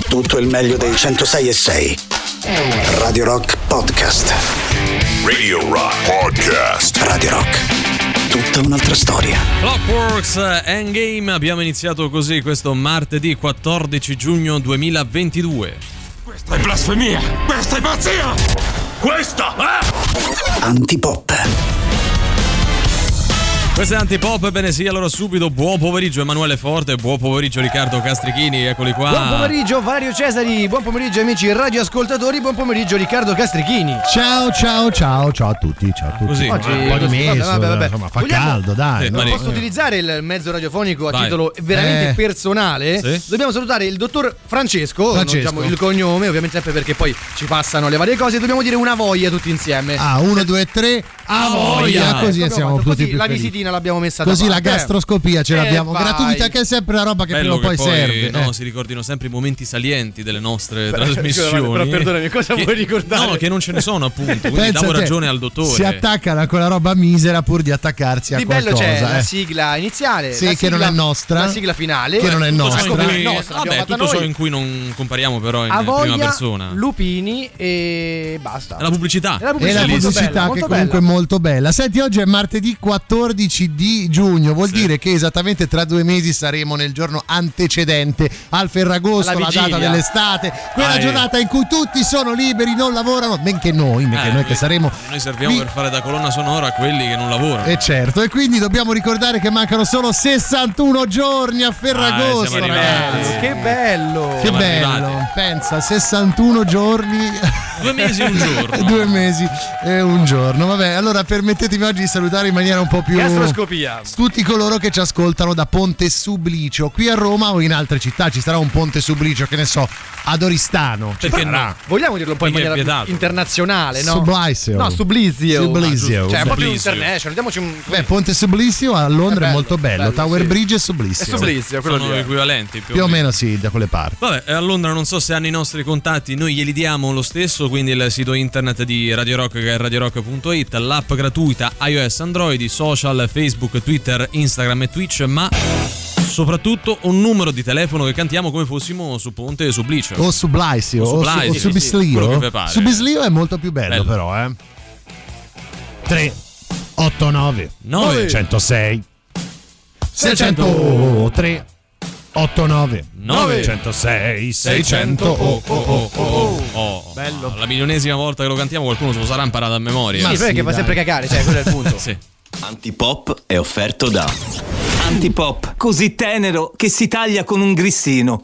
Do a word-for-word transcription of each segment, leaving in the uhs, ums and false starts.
tutto il meglio dei centosei e sei. Radio Rock Podcast. Radio Rock Podcast. Radio Rock. Tutta un'altra storia. Clockworks Endgame. Abbiamo iniziato così questo martedì quattordici giugno duemilaventidue. Questa è blasfemia! Questa è pazzia! Questa è... Antipop. Questo è Antipop, ebbene sì, allora subito buon pomeriggio Emanuele Forte, buon pomeriggio Riccardo Castrichini, eccoli qua. Buon pomeriggio Valerio Cesari, buon pomeriggio amici radioascoltatori, buon pomeriggio Riccardo Castrichini. Ciao ciao ciao ciao a tutti, ciao a tutti. Così. Oggi un po' di così, mese, vabbè, vabbè. insomma, fa Vogliamo- caldo, dai. Eh, no? Mari- Posso utilizzare il mezzo radiofonico a Vai. titolo veramente Eh. personale? Sì. Dobbiamo salutare il dottor Francesco, Francesco. non diciamo il cognome, ovviamente sempre perché poi ci passano le varie cose, dobbiamo dire una voglia tutti insieme. Ah, uno, due, tre, a voglia, così Abbiamo siamo fatto tutti così, più la felici. visitina l'abbiamo messa da Così la parte. gastroscopia ce Eh, l'abbiamo vai. gratuita, che è sempre una roba che Bello prima o che poi, poi serve. no, eh. si ricordino sempre i momenti salienti delle nostre Beh, trasmissioni. scusa, però perdonami, cosa Che- vuoi ricordare? No, che non ce ne sono appunto, quindi Pensa davo te, ragione al dottore. Si attaccano a quella roba misera pur di attaccarsi a Di bello qualcosa. c'è la eh. sigla iniziale, Sì, la che sigla- non è nostra. la sigla finale, Che non è Tutto ciò nostra. in Come cui- è nostra, vabbè, l'abbiamo tutto fatta ciò noi. in cui non compariamo però in a prima voglia, persona. lupini e basta. È la pubblicità. È la E pubblicità, la molto pubblicità bella, che molto comunque bella. è molto bella. Senti, oggi è martedì quattordici di giugno, vuol Sì. dire che esattamente tra due mesi saremo nel giorno antecedente al Ferragosto, Alla la data vigilia. dell'estate, quella Dai. giornata in cui tutti sono liberi, non lavorano, men che noi, men che Eh, noi che saremo Noi serviamo qui. per fare da colonna sonora a quelli che non lavorano. E certo, e quindi dobbiamo ricordare che mancano solo sessantuno giorni a Ferragosto, siamo ragazzi. arrivati. Che bello! Che Siamo bello, arrivati. pensa, sessantuno giorni. Due mesi e un giorno. Due mesi e un giorno. Vabbè, allora permettetemi oggi di salutare in maniera un po' più Gastroscopia. tutti coloro che ci ascoltano da Ponte Sublicio, qui a Roma o in altre città. Ci sarà un Ponte Sublicio, che ne so, ad Oristano. Ci Perché sarà. no? Vogliamo dirlo un po' in Perché è maniera vietato. internazionale, no? Sublicio. No, Sublizio. Sublizio. Cioè, è proprio Sublizio. international. Diamoci un... Beh, Ponte Sublicio a Londra È è, bello, molto bello. bello, Tower sì. Bridge e Sublicio. È Sublizio, quello Sono lì. equivalenti più, Più o meno sì, da quelle parti. Vabbè, a Londra non so se hanno i nostri contatti, noi glieli diamo lo stesso, quindi il sito internet di Radio Rock che è radio rock punto it, l'app gratuita iOS Android, i social Facebook, Twitter, Instagram e Twitch, ma soprattutto un numero di telefono che cantiamo come fossimo su Ponte Sublicio. O Sublicio, O o, Sublicio, su- o sì, Subislio. quello che vi pare. Subislio è molto più bello, Bello. però, eh. tre otto nove nove centosei seicento tre otto nove nove centosei seicento oh, oh, oh, oh, oh. Bello. La milionesima volta che lo cantiamo qualcuno se lo sarà imparato a memoria. Sì, Ma perché sì, fa dai. sempre cagare, cioè, quello è il punto. Sì. Antipop è offerto da Antipop, così tenero che si taglia con un grissino.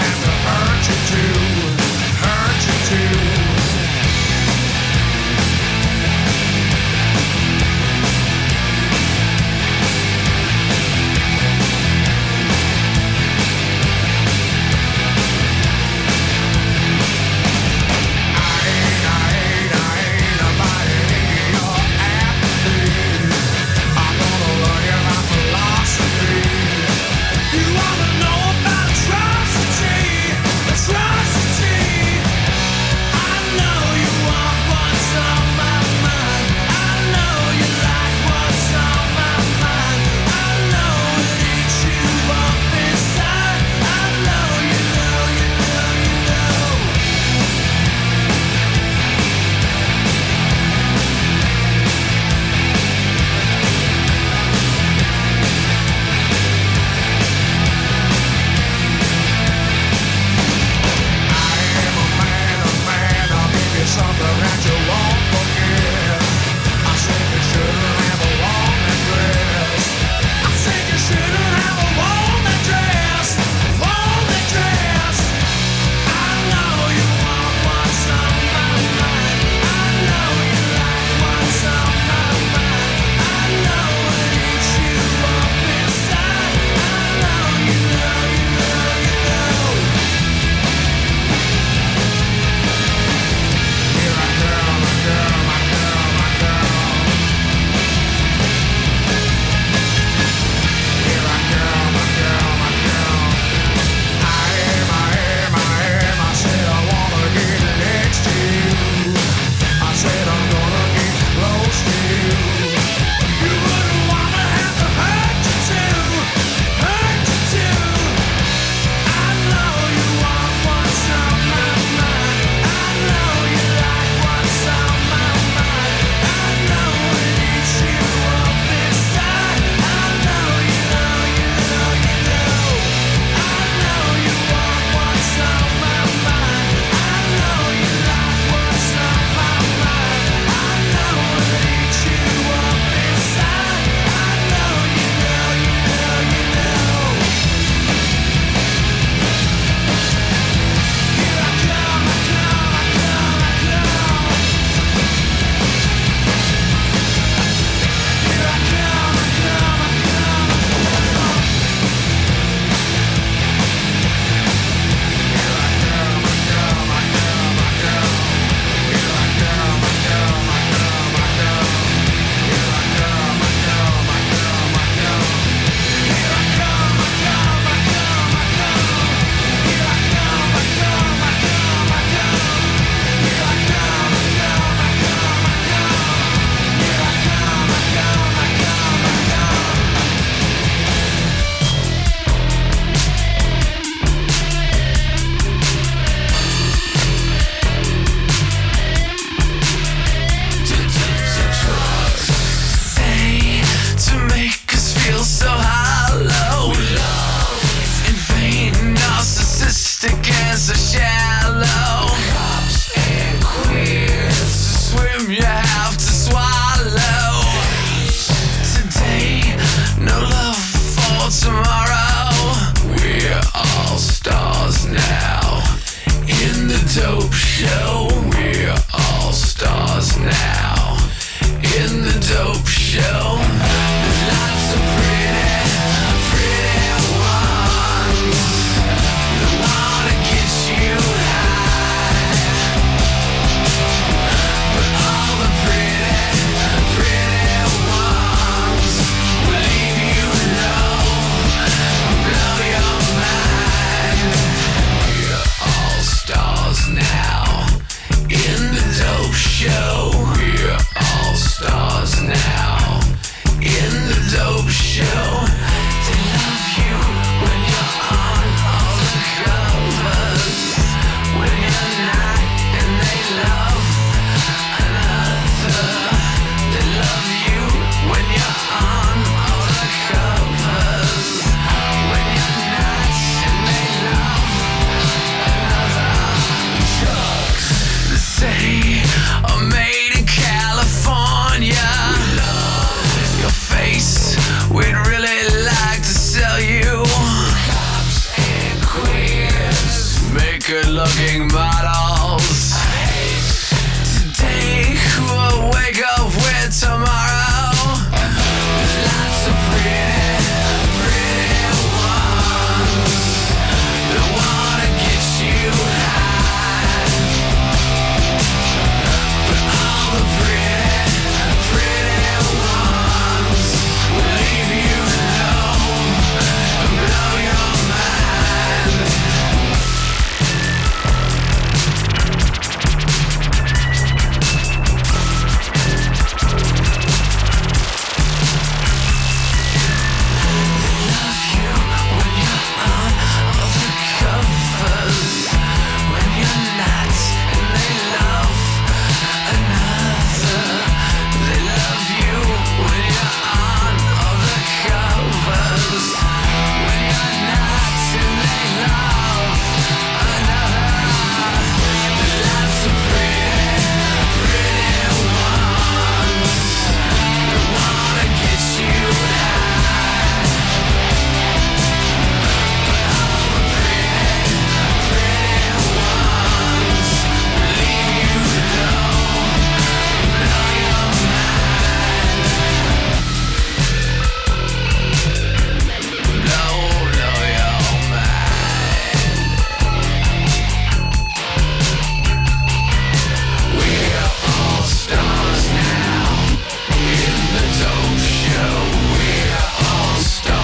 Hurt you too.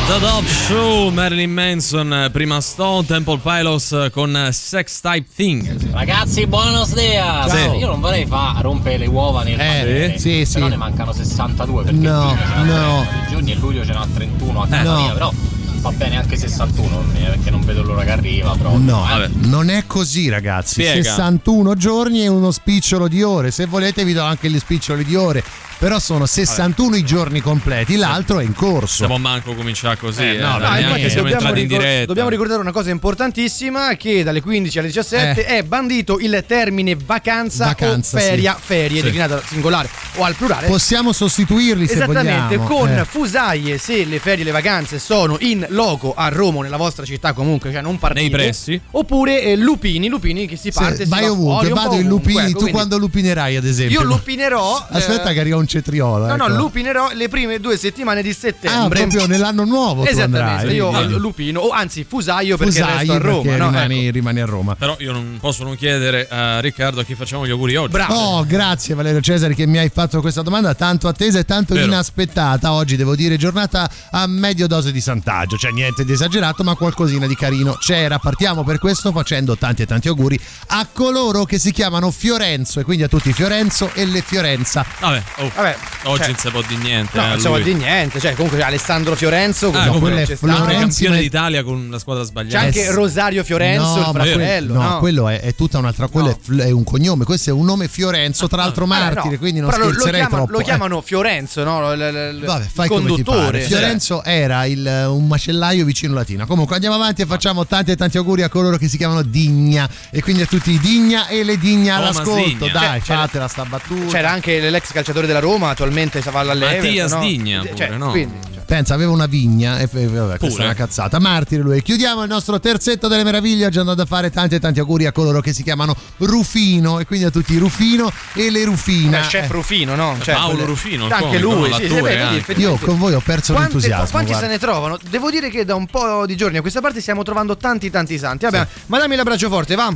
The Dope Show, Marilyn Manson, prima Stone Temple Pilots con Sex Type Thing. Ragazzi, buonasera. Ciao. Io non vorrei far rompere le uova nel Eh, eh, sì, sì. però ne mancano sessantadue perché No, no. i giorni e luglio ce n'ha trentuno a casa no. mia, però va bene anche sessantuno perché non vedo l'ora che arriva proprio. No, Vabbè. non è così, ragazzi. Spiega. sessantuno giorni e uno spicciolo di ore. Se volete vi do anche gli spiccioli di ore. Però sono sessantuno Vabbè. i giorni completi, l'altro è in corso. Stiamo manco cominciare così. Eh, Eh, no, no, dai, neanche infatti siamo entrati in ricor- diretta. dobbiamo ricordare una cosa importantissima, che dalle quindici alle diciassette Eh. è bandito il termine vacanza, Vacanza, o feria, sì. ferie, Sì. declinata al singolare o al plurale. Possiamo sostituirli se Esattamente, vogliamo. con Eh. fusaie se le ferie e le vacanze sono in loco a Roma, nella vostra città comunque, cioè non partite. Nei pressi. Oppure eh, lupini, lupini che si Sì, parte, si vai va ovunque, fuori, un po' vado in ovunque, lupini. ecco, Tu quindi quando lupinerai, ad esempio? io lupinerò. Aspetta eh, che arriva un cetriolo. No, ecco. no, lupinerò le prime due settimane di Ah, settembre. proprio nell'anno nuovo tu Esattamente, andrai. io Quindi- lupino, o anzi fusaio perché Fusai, resto a Roma. perché No? rimani, Ecco. rimani a Roma. Però io non posso non chiedere a Riccardo a chi facciamo gli auguri oggi. Bravo. Oh, grazie Valerio Cesari che mi hai fatto questa domanda tanto attesa e tanto Vero. inaspettata. Oggi devo dire giornata a medio dose di santaggio, cioè niente di esagerato ma qualcosina di carino c'era. Partiamo per questo facendo tanti e tanti auguri a coloro che si chiamano Fiorenzo e quindi a tutti Fiorenzo e le Fiorenza. Vabbè, oh, Vabbè, oggi cioè, non si può di niente. No, eh, non si può lui. di niente, cioè comunque Alessandro Fiorenzo, Ah, comunque no, quello è c'è Florenzi, stato. Anche campione ma- d'Italia con la squadra C'è sbagliata. anche Eh, Rosario Fiorenzo, il ma quello- fratello, no, no? quello è, è tutta un'altra, quello No. è, fl- è un cognome, questo è un nome Fiorenzo, tra l'altro Vabbè, martire, no. quindi non Però lo- scherzerei lo chiamano, troppo. Lo eh. chiamano Fiorenzo, no? Il, il- Vabbè, il fai come ti conduttore. pare. Fiorenzo era il, un macellaio vicino Latina. Comunque andiamo avanti e facciamo tanti e tanti auguri a coloro che si chiamano Digna e quindi a tutti i Digna e le Digna Thomas all'ascolto. Digna. Dai, C'era- fatela sta battuta. C'era anche l'ex calciatore della Roma, attualmente va all'Everton, Mattias no? Digna Cioè, pure, no? quindi, cioè, Pensa, aveva una vigna e e- vabbè, questa Pure. è una cazzata. Martire lui. Chiudiamo il nostro terzetto delle meraviglie. Oggi andando a fare tanti e tanti auguri a coloro che si chiamano Rufino e quindi a tutti i Rufino e le Rufina. il chef Eh, Rufino, no? Cioè, Paolo quelle- Rufino, il anche comico, lui, no? sì, sì, L'attore vedi, anche. io effettivamente. con voi ho perso Quante- l'entusiasmo. Quanti guarda. se ne trovano? Devo dire che da un po' di giorni a questa parte stiamo trovando tanti tanti santi. Vabbè, ma dammi l'abbraccio forte, va.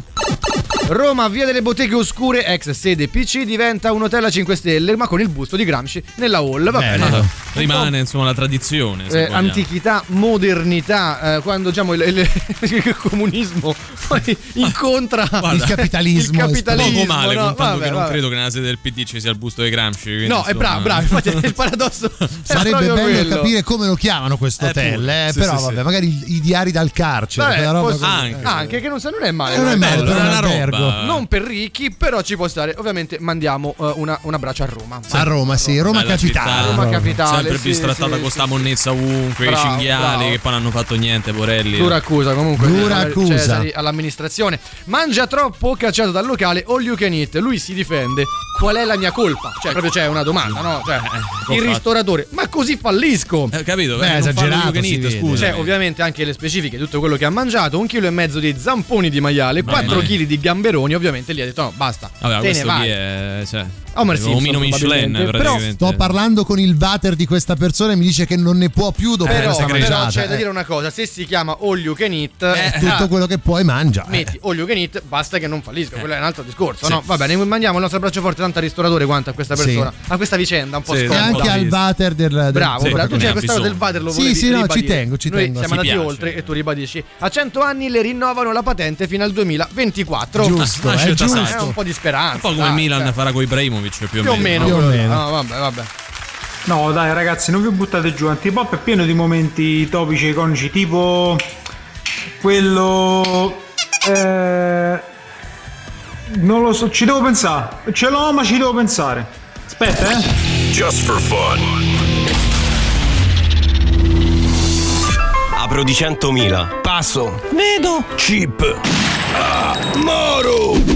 Roma, via delle botteghe oscure, ex sede P C, diventa un hotel a cinque stelle, ma con il busto di Gramsci nella hall. Va Bello. bene. Rimane insomma la tradizione. se Eh, vogliamo. antichità, modernità, eh, quando diciamo il, il- il comunismo poi incontra Il capitalismo. il capitalismo, Poco male, no? contando Vabbè, che non vabbè. credo che nella sede del P D ci sia il busto di Gramsci. quindi, No, è insomma, bravo, bravo. Infatti il paradosso è Sarebbe proprio bello quello. capire come lo chiamano questo Eh, hotel, pure. eh, Sì, però sì, vabbè, sì. magari i, i diari dal carcere, Vabbè, quella roba posso- così. Anche. anche che non, sa- non è male. Non è male, bello, per è un una albergo. roba. Non per ricchi, però ci può stare. Ovviamente mandiamo eh, una- un abbraccio a Roma. A Roma, sì, Roma Bella capitale. città. Roma capitale. Sempre sì, bistrattata sì, con sì, sta sì. monnezza ovunque, Bravo, i cinghiali bravo. che poi non hanno fatto niente, porelli. Dura accusa comunque. Dura eh, accusa. Cesari all'amministrazione. Mangia troppo, cacciato dal locale, all you can eat. Lui si difende. Qual è la mia colpa? Cioè, proprio c'è una domanda, no? Cioè, può il fare. ristoratore, ma così fallisco. Eh, capito? Beh, Eh, non esagerato, fanno you can si eat, vede. scusa. C'è ovviamente anche le specifiche, tutto quello che ha mangiato, un chilo e mezzo di zamponi di maiale, quattro mai. chili di gamberoni, ovviamente lì ha detto no, basta, Vabbè, te ne questo vai. chi è? Cioè, Homer un Simpson, omino Michelin probabilmente. Però praticamente. Sto parlando con il water di questa persona e mi dice che non ne può più dopo Però, questa si però mangiata. c'è da eh. dire una cosa, se si chiama all you can eat, È eh, tutto ah, quello che puoi mangia. eh. metti all you can eat, basta che non fallisca, quello è un altro discorso, Sì. no? Va bene, mandiamo il nostro abbraccio forte tanto al ristoratore quanto a questa Sì. persona, a questa vicenda un po' Sì, E scomoda. un po' anche al di- water del, del Bravo, Sì, bravo. Tu ne c'è ha questa cosa del bisogno. water, lo Sì, volevi sì, no, ci ribadire. tengo, ci Noi tengo, siamo ci andati piace. oltre e tu ribadisci. A cento anni le rinnovano la patente fino al duemilaventiquattro. Giusto, Ah, è scelta giusto. saggia. È un po' di speranza. Un po' come dai, Milan cioè, farà con Ibrahimovic più o più o meno. Più o quello. meno. No, vabbè, vabbè. No, dai ragazzi, non vi buttate giù. Antipop è pieno di momenti topici e iconici, tipo quello. Eh, non lo so, ci devo pensare. Ce l'ho, ma ci devo pensare. Aspetta, eh. Just for fun. Apro di centomila. Passo. Vedo. Chip. Ah, Moro.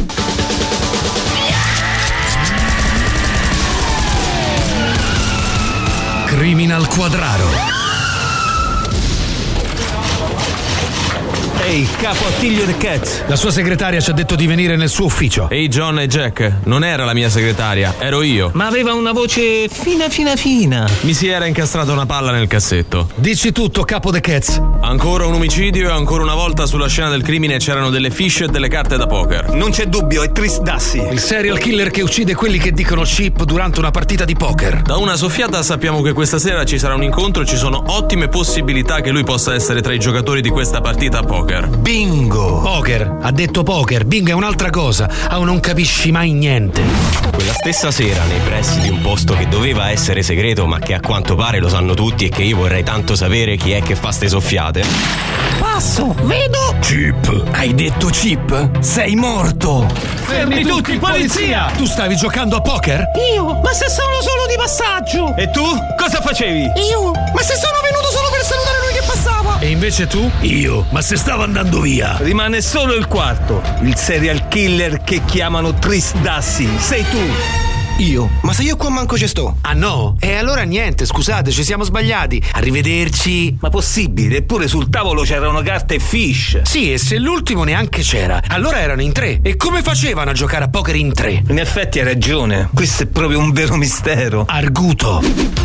Criminal Quadraro. Ehi, capo Attilio The Cat. La sua segretaria ci ha detto di venire nel suo ufficio. Ehi John e Jack, non era la mia segretaria, ero io. Ma aveva una voce fina fina fina. Mi si era incastrata una palla nel cassetto. Dici tutto, capo The Cats. Ancora un omicidio e ancora una volta sulla scena del crimine c'erano delle fish e delle carte da poker. Non c'è dubbio, è Tris Dassi. Il serial killer che uccide quelli che dicono chip durante una partita di poker. Da una soffiata sappiamo che questa sera ci sarà un incontro e ci sono ottime possibilità che lui possa essere tra i giocatori di questa partita a poker. Bingo! Poker, ha detto poker, bingo è un'altra cosa, ah, non capisci mai niente. Quella stessa sera, nei pressi di un posto che doveva essere segreto, ma che a quanto pare lo sanno tutti e che io vorrei tanto sapere chi è che fa ste soffiate. Passo, vedo! Chip! Hai detto Chip? Sei morto! Fermi tutti, polizia! Tu stavi giocando a poker? Io? Ma se sono solo di passaggio! E tu? Cosa facevi? Io? Ma se sono venuto solo per salutare lui che passava! E invece tu? Io? Ma se stavo andando via! Rimane solo il quarto, il serial killer che chiamano Tris Dassi. Sei tu! Io? Ma se io qua manco ci sto. Ah no? E allora niente, scusate, ci siamo sbagliati. Arrivederci. Ma possibile? Eppure sul tavolo c'erano carte e fish. Sì, e se l'ultimo neanche c'era, allora erano in tre. E come facevano a giocare a poker in tre? In effetti hai ragione, questo è proprio un vero mistero. Arguto.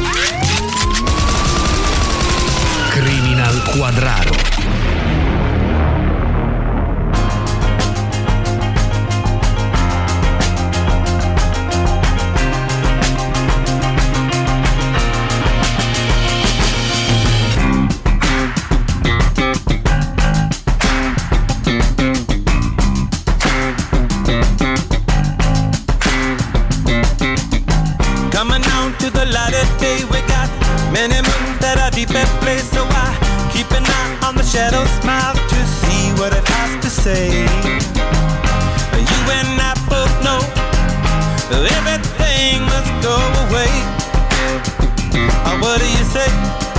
Criminal Quadraro. Shadow smile to see what it has to say. You and I both know everything must go away. Oh, what do you say?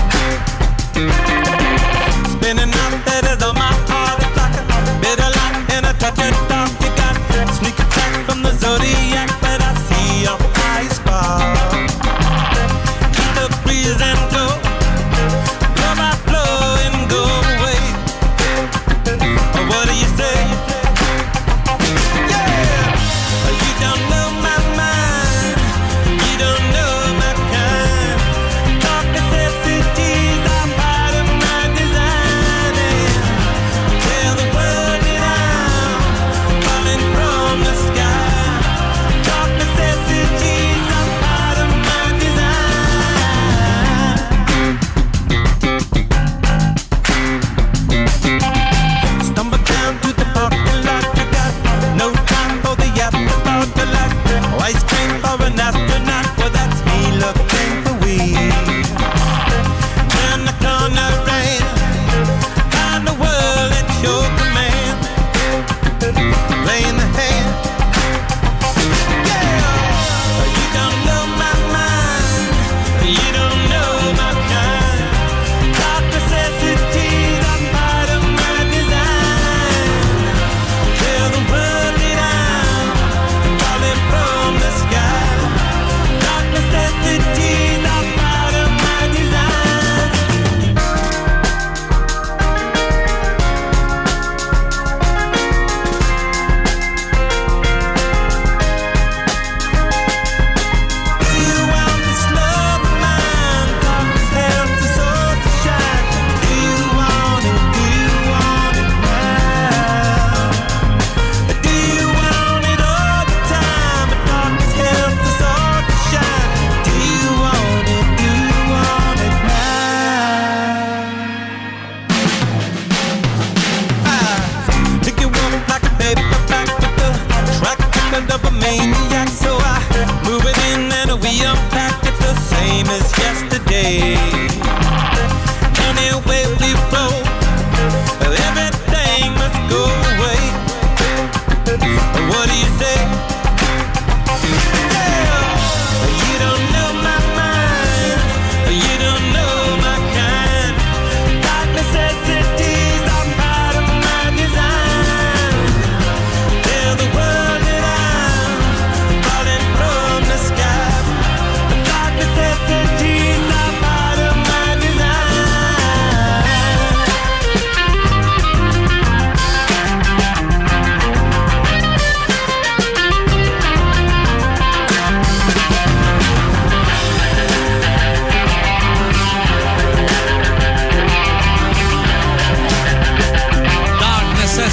Spinning out that is on my heart. It's like a bitter light and a touch of dark. You got sneak attack from the zodiac, but I see your eyes spark. Keep the breeze and go. Blow by blow and go. What do you say? Yeah! You don't know my mind. You don't know my kind. Dark necessities are part of my design. And tell the world that I'm falling from the sky. Dark necessities are part of my design. Stumble down to the parking lot. You got no time for the afterthought. The light, ice cream for an astronaut. Well, that's me looking for weed. Turn the corner and find the world at your command. Playing the hand. Yeah, you don't know my mind. You don't know my kind. Dark necessities are part of my design. Tell the world that I'm falling from the sky. Dark necessities are part of my design. Do you want this love of mine? Darkness helps us all to shine. Do you want it? Do you want it now? Do you want it all the time? But darkness helps us all to shine. Do you want it? Do you want it now? I pick you up like a paperback with the track record of a maniac. So I move it in and we unpack. It's the same as yesterday. Anyway we roll, everything must go away. What do you say? Yeah, you don't know my mind. You don't know my kind. Dark necessities are part of my design. Tell the world that I'm falling from the sky. Dark necessities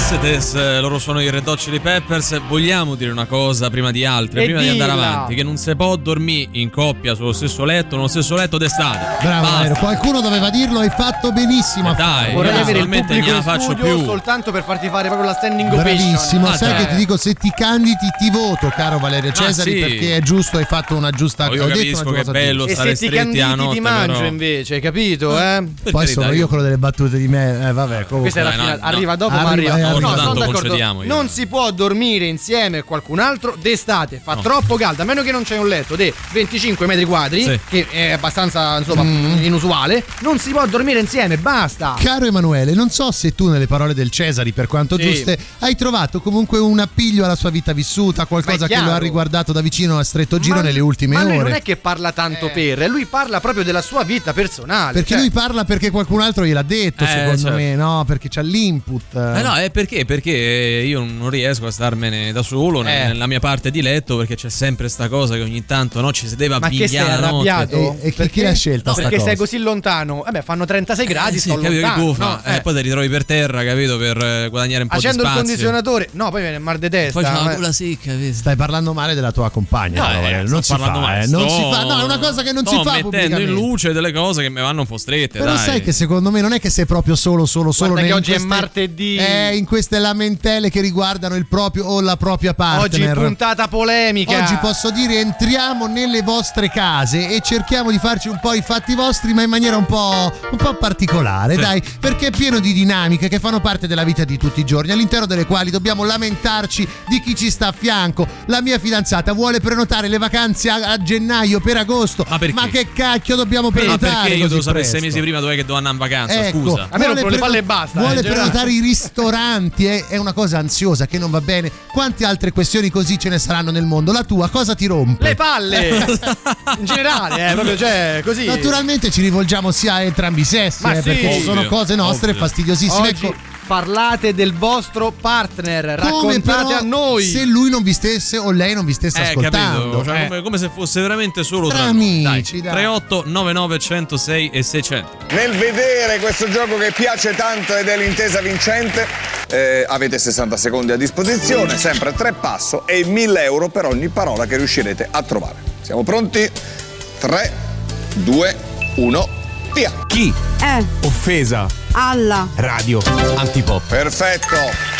Tess, loro sono i Red Hot Chili Peppers. Vogliamo dire una cosa prima di altre, E prima di andare dilla. avanti, che non si può dormire in coppia sullo stesso letto, nello stesso letto d'estate. Bravo, Basta. Valerio. Qualcuno doveva dirlo, hai fatto benissimo. Eh a dai, farlo. Vorrei io avere il personalmente pubblico non in la faccio studio più. soltanto per farti fare proprio la standing ovation. Bravissimo, Ah, sai dai. che ti dico, se ti candidi ti voto, caro Valerio Cesari, sì. perché è giusto, hai fatto una giusta Oh, io ho detto capisco una che è cosa bello giusta. E stare se ti stretti a candidi notte, ti mangio però. invece, hai capito? Eh? Per Poi carità, sono io- io quello delle battute di me, eh vabbè, comunque. Questa è la Dai, no, finale. no. Arriva dopo, ma Arriva, arriva. eh, No, arriva. no, sono Tanto d'accordo. concediamo io. Non si può dormire insieme a qualcun altro d'estate, fa troppo caldo, a meno che non c'è un letto di venticinque metri quadri, Sì. che è abbastanza insomma inusuale. Non si può dormire insieme, basta. Caro Emanuele, non so se tu nelle parole del Cesari, per quanto Sì. giuste, hai trovato comunque un appiglio alla sua vita vissuta, qualcosa Ma è che lo ha chiaro. riguardato da vicino a stretto giro Ma- nelle ultime ma lui ore. non è che parla tanto per, lui parla proprio della sua vita personale. Perché cioè- lui parla perché qualcun altro gliel'ha detto, Eh, secondo certo. me, no? Perché c'ha l'input. Eh no, è perché? Perché io non riesco a starmene da solo ne- Eh. nella mia parte di letto, perché c'è sempre sta cosa che ogni tanto no, ci si deve Ma che sei abbigliare la notte. arrabbiato? E- e chi- chi l'ha scelta No, sta perché cosa? sei così lontano. Vabbè, fanno trentasei gradi, Eh sì, sto capito che lontano. tu fa? no? Eh, Eh. poi ti ritrovi per terra, capito? Per eh, guadagnare un po' Accendo di il spazio. condizionatore. No, poi viene il mal di testa. Poi c'è ma- la gola secca, vedi? Stai parlando male della tua compagna, No, no, eh, Valerio, sto non si parlando fa, male, eh, non sto- si fa. No, è una cosa che non sto si fa mettendo in pubblicamente. luce delle cose che mi vanno un po' strette, Però dai. sai che secondo me non è che sei proprio solo, solo, solo Guarda nei- che in oggi è queste- martedì. eh, in queste lamentele che riguardano il proprio o la propria Oggi partner. puntata polemica. Oggi posso dire entriamo nelle vostre case e cerchiamo di farci un po' i fatti vostri, ma in maniera un po', un po' particolare, Sì. dai, perché è pieno di dinamiche che fanno parte della vita di tutti i giorni, all'interno delle quali dobbiamo lamentarci di chi ci sta a fianco. La mia fidanzata vuole prenotare le vacanze a, a gennaio per agosto. Ma perché? che cacchio dobbiamo Ma prenotare? perché io così devo sapere presto? sei mesi prima dov'è che devo andare in vacanza? Ecco, Scusa. A me vuole rompono le palle e basta, Vuole eh, generale. prenotare i ristoranti, è, è una cosa ansiosa che non va bene. Quante altre questioni così ce ne saranno nel mondo? La tua cosa ti rompe? Le palle. In generale, eh, proprio cioè, così. Naturalmente ci rivolgiamo sia a entrambi i sessi, Ma eh, sì. perché ci sono Ovvio, cose nostre ovvio. fastidiosissime. Oggi Ecco, parlate del vostro partner, come raccontate però a noi. se lui non vi stesse o lei non vi stesse Eh, ascoltando. capito? Cioè, eh. come, come se fosse veramente solo Tra tra noi. amici, dai. tre otto nove nove uno zero sei e seicento. Nel vedere questo gioco che piace tanto ed è l'intesa vincente, eh, avete sessanta secondi a disposizione, sempre tre passo e mille euro per ogni parola che riuscirete a trovare. Siamo pronti? tre, due, uno, via! Chi? Eh, Offesa. alla. Radio. Antipop. Perfetto!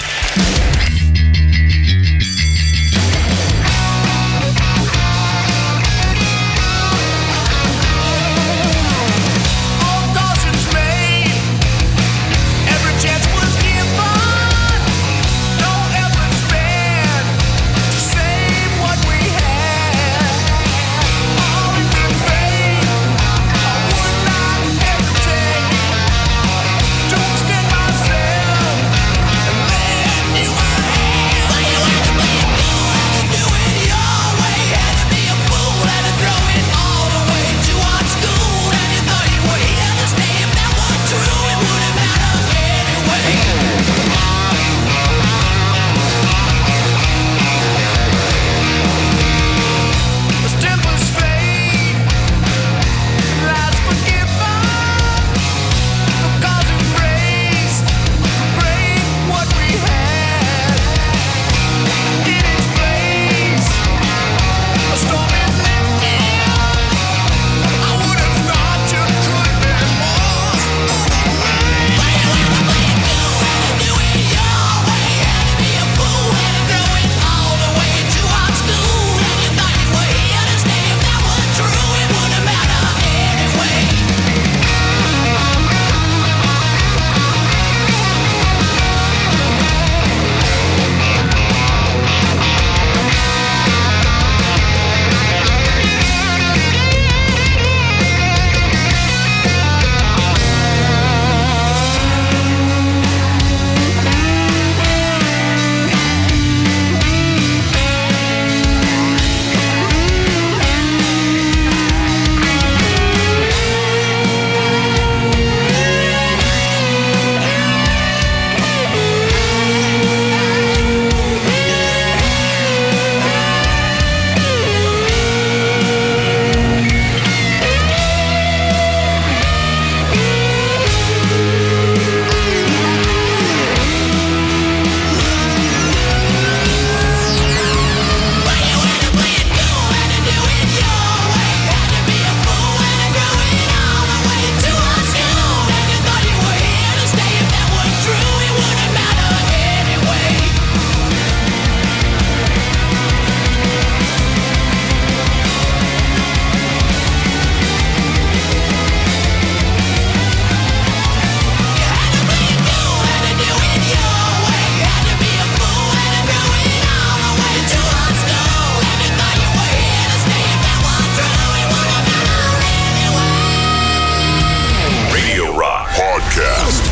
Don't spend myself and let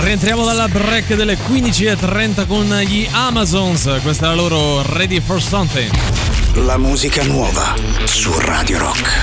Rientriamo dalla break delle quindici e trenta con gli Amazons. Questa è la loro Ready for Something. La musica nuova su Radio Rock.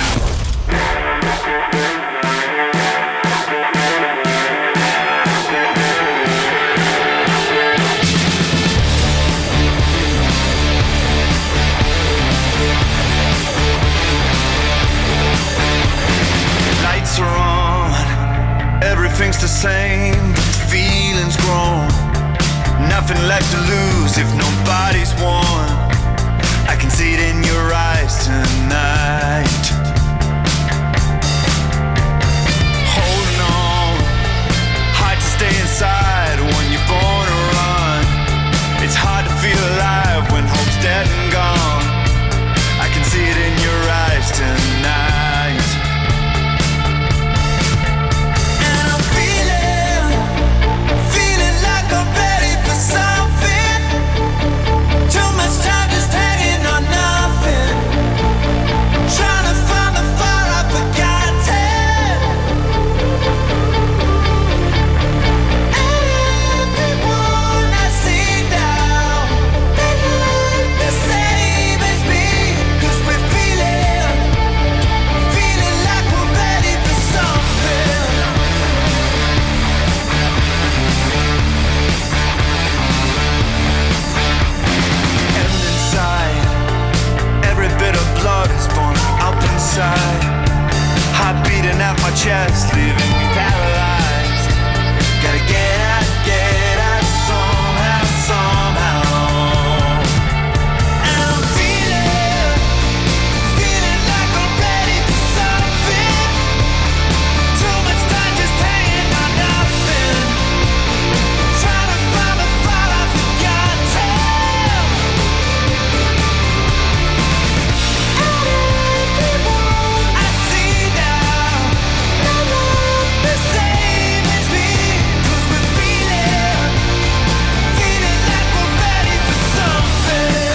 Lights are on, everything's the same, but the feeling's grown. Nothing left to lose if nobody's won. I can see it in your eyes tonight. Holding on, hard to stay inside when you're born to run. It's hard to feel alive when hope's dead and gone. I can see it in your eyes tonight. And I'm feeling, feeling like I'm ready for something. Too much time just hanging on nothing. Trying to find the fire I forgotten. Everyone I see now, they look the same as me. 'Cause we're feeling, feeling like we're ready for something. And inside, every bit of blood is born up inside. Heart beating at my chest, leaving me paralyzed. Gotta get out, get out somehow, somehow. And I'm feeling, feeling like I'm ready for something. Too much time just hanging on nothing. Trying to find the fire I forgotten. Everyone I see now, they look the same as me. 'Cause we're feeling, feeling like we're ready for something.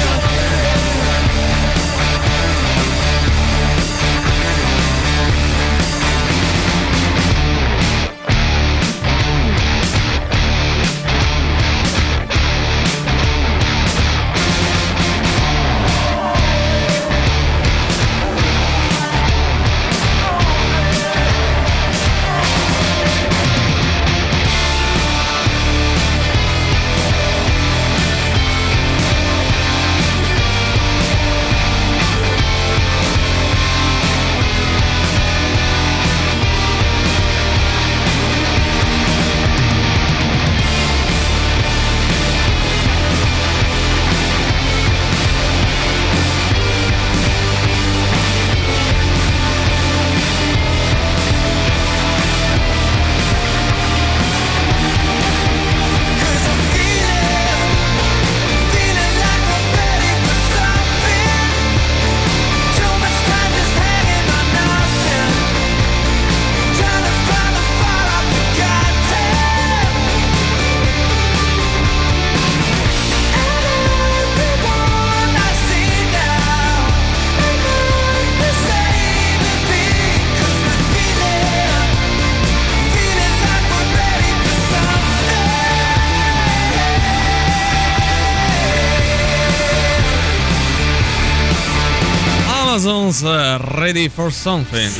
Amazons, Ready for Something.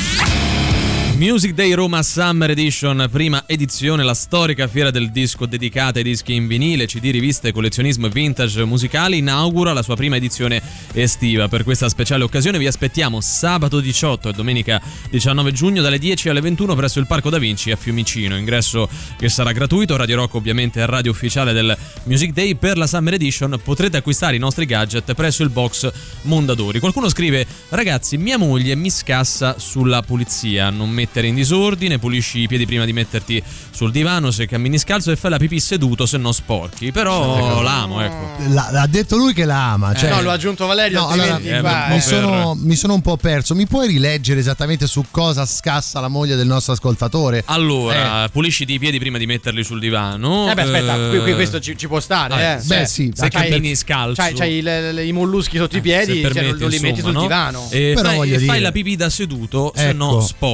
Music Day Roma Summer Edition, prima edizione, la storica fiera del disco dedicata ai dischi in vinile, C D, riviste, collezionismo e vintage musicali, inaugura la sua prima edizione estiva. Per questa speciale occasione vi aspettiamo sabato diciotto e domenica diciannove giugno dalle dieci alle ventuno presso il Parco da Vinci a Fiumicino. Ingresso che sarà gratuito. Radio Rock ovviamente è radio ufficiale del Music Day. Per la Summer Edition potrete acquistare i nostri gadget presso il box Mondadori. Qualcuno scrive: ragazzi, mia moglie mi scassa sulla pulizia, non mette in disordine, pulisci i piedi prima di metterti sul divano se cammini scalzo e fai la pipì seduto se no sporchi. Però l'amo, ecco. La, ha detto lui che la ama, cioè, eh, no, lo ha aggiunto Valerio. No, allora, eh, qua, mi, eh. sono, mi sono un po' perso. Mi puoi rileggere esattamente su cosa scassa la moglie del nostro ascoltatore? Allora, eh. pulisci i piedi prima di metterli sul divano. Eh beh, aspetta, qui, qui questo ci, ci può stare. Ah, eh. beh, Cioè, sì, se c'hai- cammini scalzo, C'hai, c'hai le- le- i molluschi sotto i piedi, se cioè, permette, non, non li metti insomma, sul no? divano. E Però fai, voglio e fai dire- la pipì da seduto, se Ecco. no sporchi.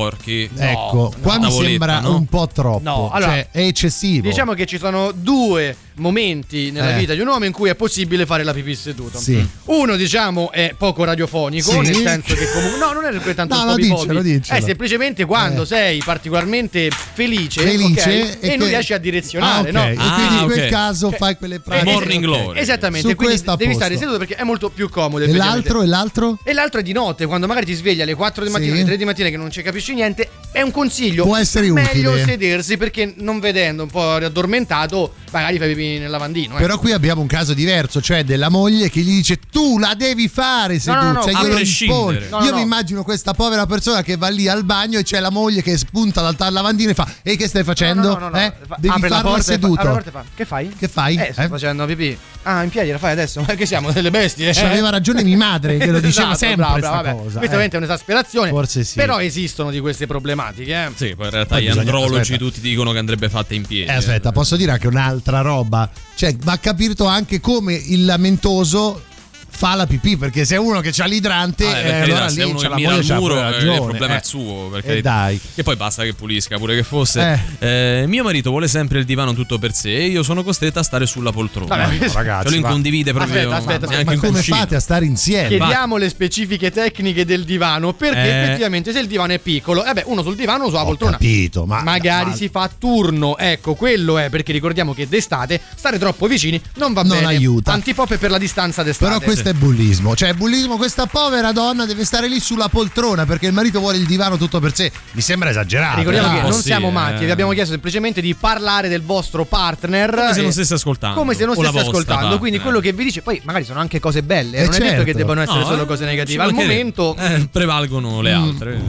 poi ecco, no, qua mi tavoletta, sembra no? un po' troppo. No, allora, cioè, è eccessivo. Diciamo che ci sono due momenti nella Eh. vita di un uomo in cui è possibile fare la pipì seduto. Sì. Uno, diciamo, è poco radiofonico, Sì. nel senso che comunque no, non è per tanto No, no, spobi dicelo, pobi. dicelo. È semplicemente quando Eh. sei particolarmente felice, Felice ok? e e, non che- riesci a direzionare, Ah, ok. no? E quindi in Ah, quel ok. caso Cioè, fai quelle eh, pratiche. Morning Ok. Glory. Esattamente, Su quindi questa a devi posto. stare seduto perché è molto più comodo. E effettivamente. l'altro, e l'altro? E l'altro è di notte, quando magari ti svegli alle quattro di mattina, Sì. alle tre di mattina che non ci capisci niente. È un consiglio. Può essere meglio utile. sedersi perché non vedendo un po' addormentato, magari fai pipì nel lavandino. eh. Però qui abbiamo un caso diverso, cioè della moglie che gli dice tu la devi fare seduta, no, no, cioè a glielo prescindere. impone. No, no, Io no. mi immagino questa povera persona che va lì al bagno e c'è la moglie che spunta dal dal lavandino e fa "E che stai facendo?" No, no, no, no, Eh? fa- Devi apre la farla porta e fa- seduto. apre la porta e fa, che fai? Che fai? Eh, sto Eh? facendo pipì. Ah, in piedi la fai adesso? Ma che siamo delle bestie? Ci aveva ragione mia madre che lo diceva Esatto, sempre brava, sta vabbè. cosa. Questa eh. ovviamente è un'esasperazione. Forse sì. Però esistono di queste problematiche, eh. Sì, poi in realtà Poi gli bisogna- andrologi aspetta. tutti dicono che andrebbe fatta in piedi. Eh, aspetta, posso dire anche un'altra roba? Cioè, va capito anche come il lamentoso fa la pipì, perché se è uno che ha l'idrante, Ah, eh, per eh, carità, allora se lì uno c'ha che la mira moglie, al c'ha muro, pure eh, ragione. il problema eh. è suo. Per E carità. dai. E poi basta che pulisca pure che fosse. Eh, mio marito vuole sempre il divano tutto per sé e io sono costretta a stare sulla poltrona. Vabbè, ragazzi, Cioè lui ma- condivide proprio Aspetta, aspetta, neanche Ma un come cuscino. fate a stare insieme? Chiediamo le specifiche tecniche del divano, perché Eh. effettivamente se il divano è piccolo, eh beh, uno sul divano, uno sulla Ho poltrona. capito, ma Magari ma- si fa a turno, ecco, quello è perché ricordiamo che d'estate stare troppo vicini non va Non bene. aiuta. Antipop è per la distanza d'estate. Però questo è bullismo. Cioè, bullismo, questa povera donna deve stare lì sulla poltrona perché il marito vuole il divano tutto per sé. Mi sembra esagerato. Ricordiamo eh. che un po' non sì, siamo eh. matti, vi abbiamo chiesto semplicemente di parlare del vostro partner Come se eh, non stesse ascoltando. come se non O la stesse vostra ascoltando, partner. quindi quello che vi dice, poi magari sono anche cose belle, eh, Eh, non è detto certo. che debbano essere No, solo eh, cose negative. ci Al mancherebbe. momento Eh, prevalgono le altre.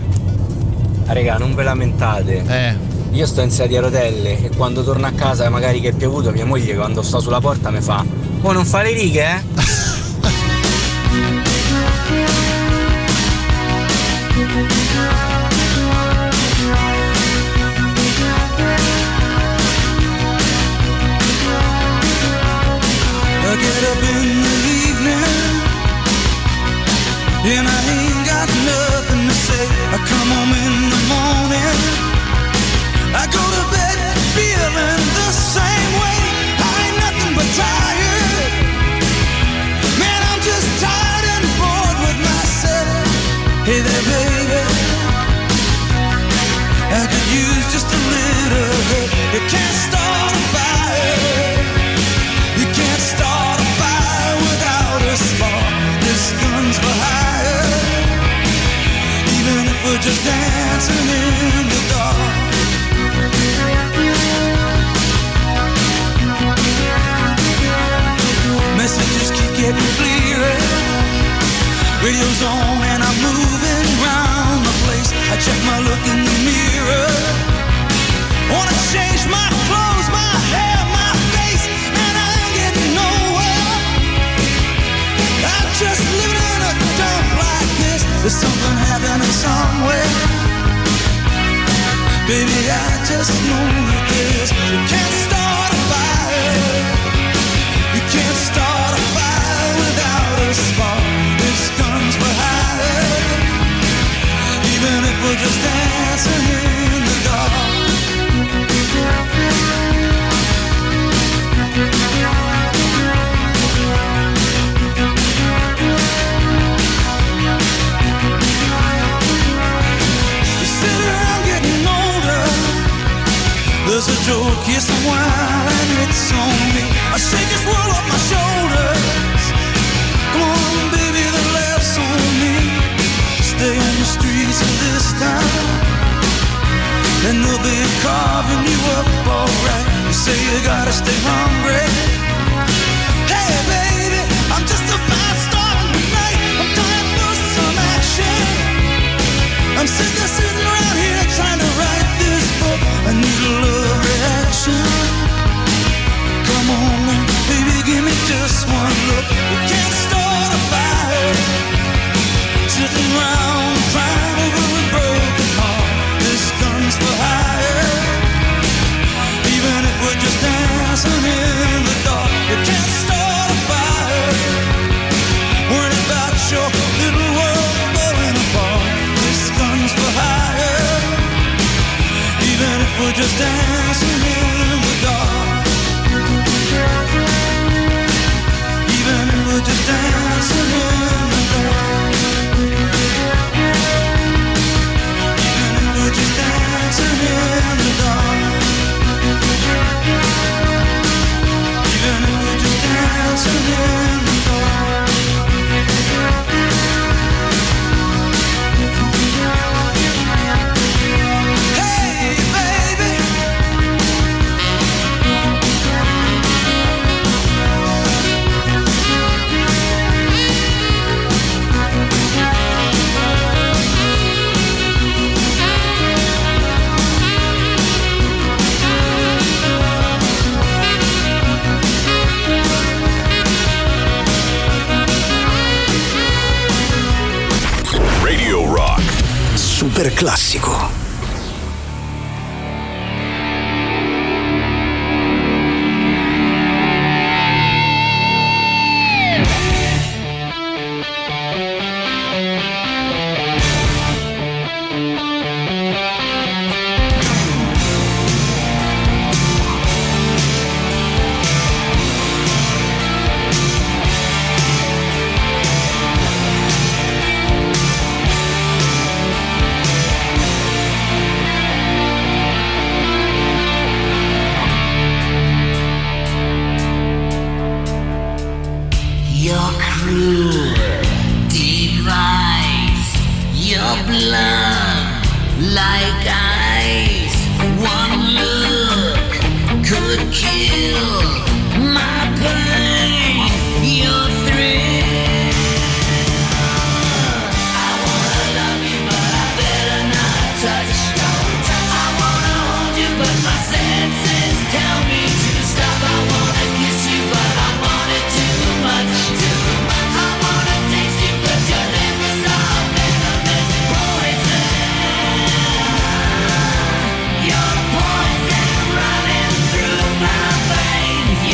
Raga, non ve lamentate. Eh. Io sto in sedia a rotelle e quando torno a casa, magari che è piovuto, mia moglie quando sto sulla porta mi fa: "Oh, non fare righe, eh?" I get up in the evening and I ain't got nothing to say. I come home in the morning, I go to bed feeling the same way. I ain't nothing but tired. Man, I'm just tired and bored with myself. Hey there, baby, I could use just a little help. You can't start a fire. You can't start a fire without a spark. This gun's for hire. Even if we're just dancing in the dark. Messages keep getting clearer. Radio's on and I'm moving round the place. I check my look in the mirror. Wanna change my clothes, my hair, my face, and I ain't getting nowhere. I'm just living in a dump like this. There's something happening somewhere. Baby, I just know that this. You can't start a fire. You can't start a fire without a spark. This gun's for hire. Even if we're just dancing in the dark. You sit around getting older. There's a joke here somewhere and it's on me. I shake this world off my shoulders. Come on, baby, the laughs on me. Stay on the streets of this town, and they'll be carving you up alright. You say you gotta stay hungry. Hey, baby, I'm just about starting tonight. I'm dying for some action. I'm sick of sitting around here trying to write this book. I need a love reaction. Come on, baby, give me just one look. You can't start a fire sitting around crying over a broken heart. This gun's for hire. Even if we're just dancing in the dark, you can't start a fire. Worrying about your little world falling apart. This gun's for hire. just dancing in the dark. Even if we're just dancing in the dark. Even if we're just dancing in the dark. Even if we're just dancing in the dark. Hey baby, Radio Rock. Super classico. your cruel device, your blood like ice. One look could kill my pain, your thrill. I wanna love you, but I better not touch. I wanna hold you, but my senses tell me to stop. I wanna kiss you, but I want it too much. I wanna taste you, but your lips are venomous poison. Your poison running through my veins.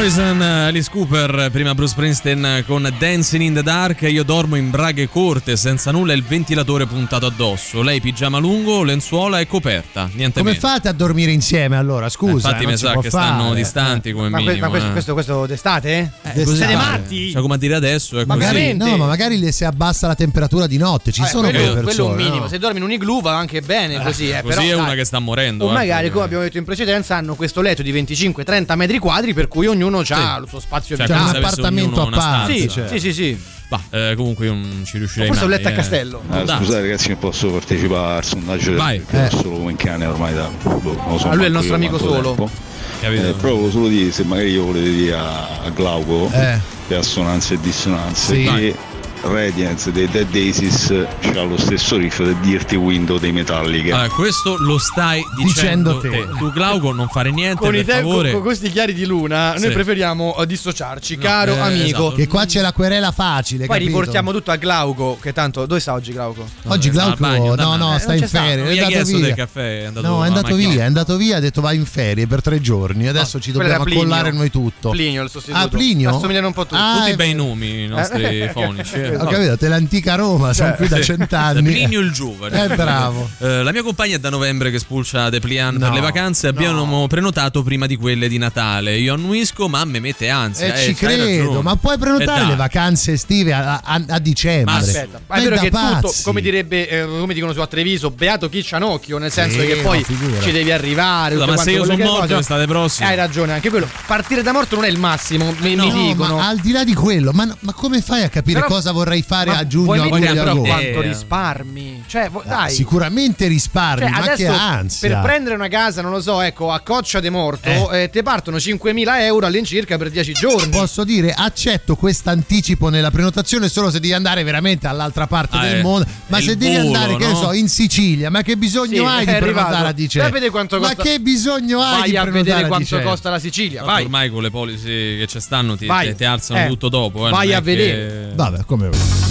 Morrison, Alice Cooper, prima Bruce Springsteen con Dancing in the Dark. Io dormo in braghe corte, senza nulla e il ventilatore puntato addosso. Lei pigiama lungo, lenzuola e coperta. Niente Come meno. fate a dormire insieme allora? Scusa. Eh, infatti eh, mi sa che stanno fare. distanti come Ma, que- minimo. ma questo, eh. questo, questo d'estate? Eh, così Siete pare. matti? Cioè, come a dire adesso è Magari, così. no, ma magari le si abbassa la temperatura di notte. Ci Eh, sono quello, quelle quello è un persone, minimo. no? Se dormi in un igloo va anche bene così. Eh, Così però, è una dai. che sta morendo. O eh, magari, perché- come abbiamo detto in precedenza, hanno questo letto di venticinque trenta metri quadri, per cui ognuno ha Sì. il suo spazio Cioè, di come casa. se avesse appartamento ognuno una a parte, Sì, stanza. sì, sì, sì. Bah, eh, comunque io non ci riuscirei Forse un mai. letto a eh. castello. Ah, Dai. scusate ragazzi, non posso partecipare al sondaggio Vai. perché Eh. solo come cane ormai da boh, non lo so Ah, lui è il manco nostro io amico quanto solo. tempo. Capito? Eh, provo solo di se magari io volete dire a, a Glauco Eh. per assonanze e dissonanze Sì. che Radiance dei Dead Daisies c'ha lo stesso riff del Dirty Window dei Metallica. Allora, questo lo stai Dicendo dicendo, te. te. Tu, Glauco, non fare niente Con, per i tempi, favore. con questi chiari di luna, Sì. noi preferiamo eh, dissociarci, No, caro eh, amico. esatto. Che qua c'è la querela facile. Poi capito? riportiamo tutto a Glauco, che tanto dove sta oggi Glauco? Oggi Eh, sta al Glauco, bagno, no, no, eh, sta non in c'è sta. ferie. Non È mi ha andato chiesto via. del caffè, è andato No, è alla andato macchina. via, è andato via, ha detto vai in ferie per tre giorni. Adesso ci Quello dobbiamo era Plinio. accollare noi tutto. Plinio, il sostituto. Ah, Plinio? Assomigliano un po' tutti. Ah, Tutti è- bei nomi i nostri Eh, fonici. eh. Ho capito, te l'antica Roma, sono qui da Sì. cent'anni. Plinio il giovane. Eh, bravo. Eh, la mia compagna è da novembre che spulcia The Pliant per No, le vacanze. Abbiamo no. prenotato prima di quelle di Natale. Io annuisco, ma me mette ansia. Eh, eh, ci c'hai credo, ragione. ma puoi Eh, prenotare dai. le vacanze estive a, a- a dicembre. Ma Aspetta, Ma è vero da che tutto, pazzi. come direbbe, eh, come dicono su a Treviso, beato chi c'ha un occhio, nel senso Sì, che poi no, figura. ci devi arrivare. Scusa, tutte ma se quante io quelle sono che- morto no, l'estate prossima. Hai ragione, anche quello. Partire da morto non è il massimo, mi, No, mi dicono. ma al di là di quello, ma, no- ma come fai a capire Però- cosa vorrei fare Ma a giugno, vuoi a mettere luglio, però agosto? quanto Eh. risparmi? Cioè, vo- Ah, dai. sicuramente risparmi, Cioè, ma che adesso ansia. per prendere una casa, non lo so, ecco, a Coccia de Morto, eh. te partono cinquemila euro all'incirca per dieci giorni. Posso dire, accetto questo anticipo nella prenotazione solo se devi andare veramente all'altra parte Ah, del eh. mondo. Ma È se il devi volo, andare, che ne no? so, in Sicilia, ma che bisogno Sì, hai di è arrivato. prenotare a dicembre? Vai a vedere quanto Ma costa- che bisogno hai Vai di a prenotare vedere a quanto dicembre? costa la Sicilia. Tanto Vai. ormai con le policy che ci stanno ti, Vai. ti, ti alzano Eh. tutto dopo. Eh. Vai non è a vedere. che- Vabbè, come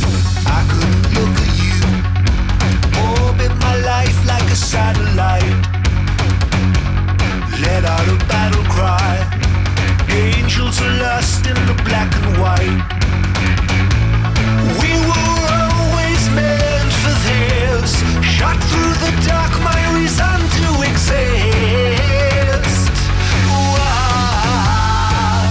I could look at you, orbit my life like a satellite. Let out a battle cry. Angels are lost in the black and white. We were always meant for this. Shot through the dark, my reason to exist. Why?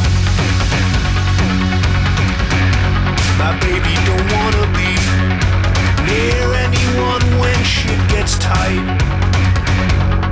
My baby don't wanna be near anyone when shit gets tight.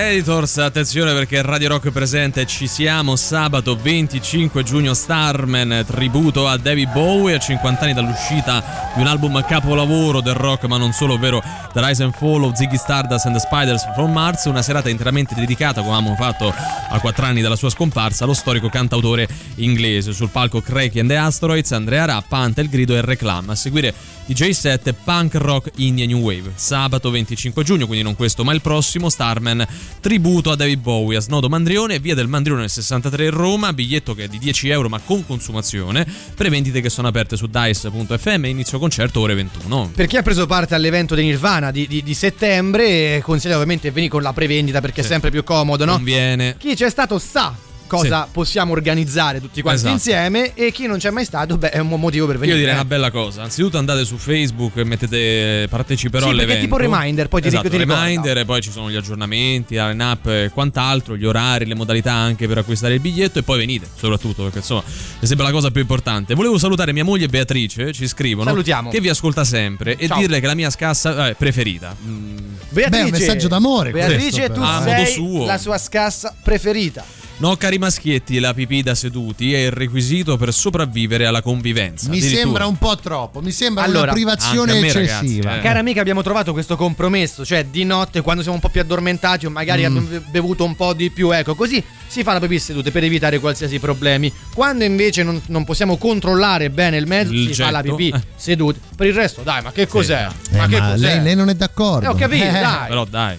Editors, attenzione perché Radio Rock presente Ci siamo sabato venticinque giugno, Starman, tributo a David Bowie a cinquanta anni dall'uscita di un album capolavoro del rock ma non solo, ovvero The Rise and Fall of Ziggy Stardust and the Spiders from Mars, una serata interamente dedicata, come abbiamo fatto a quattro anni dalla sua scomparsa, allo storico cantautore inglese. Sul palco Craigie and the Asteroids, Andrea Rappa, Ante il Grido e il Reclam. A seguire D J set Punk Rock India New Wave. Sabato venticinque giugno, quindi non questo ma il prossimo, Starman, tributo a David Bowie a Snodo Mandrione, via del Mandrione nel sessantatré Roma, biglietto che è di dieci euro ma con consumazione, prevendite che sono aperte su dice punto effe emme, inizio concerto ore ventuno. Per chi ha preso parte all'evento di Nirvana di, di, di settembre, consiglio ovviamente venire con la prevendita perché sì, è sempre più comodo, no? Conviene. Chi c'è stato sa cosa sì, possiamo organizzare tutti quanti esatto, insieme, e chi non c'è mai stato, beh, è un buon motivo per venire. Io direi una bella cosa, anzitutto andate su Facebook e mettete parteciperò sì, all'evento. Sì, tipo reminder, poi ti, esatto, ti ricorda. Reminder, e poi ci sono gli aggiornamenti, la line-up e quant'altro, gli orari, le modalità anche per acquistare il biglietto, e poi venite, soprattutto perché insomma è sempre la cosa più importante. Volevo salutare mia moglie Beatrice, ci scrivono, salutiamo, che vi ascolta sempre, e ciao, dirle che la mia scassa eh, preferita. Mm. Beatrice, beh, un messaggio d'amore. Beatrice, questo, tu a sei modo suo la sua scassa preferita. No, cari maschietti, la pipì da seduti è il requisito per sopravvivere alla convivenza. Mi sembra un po' troppo, mi sembra allora, una privazione me, eccessiva. Ragazzi, eh. Cara amica, abbiamo trovato questo compromesso, cioè di notte quando siamo un po' più addormentati o magari mm. abbiamo bevuto un po' di più, ecco, così si fa la pipì sedute per evitare qualsiasi problemi. Quando invece non, non possiamo controllare bene il mezzo, il si getto. fa la pipì eh. seduti. Per il resto, dai, ma che cos'è? Eh, ma che ma cos'è? Lei, lei non è d'accordo. Eh, ho capito, eh. dai. Però dai.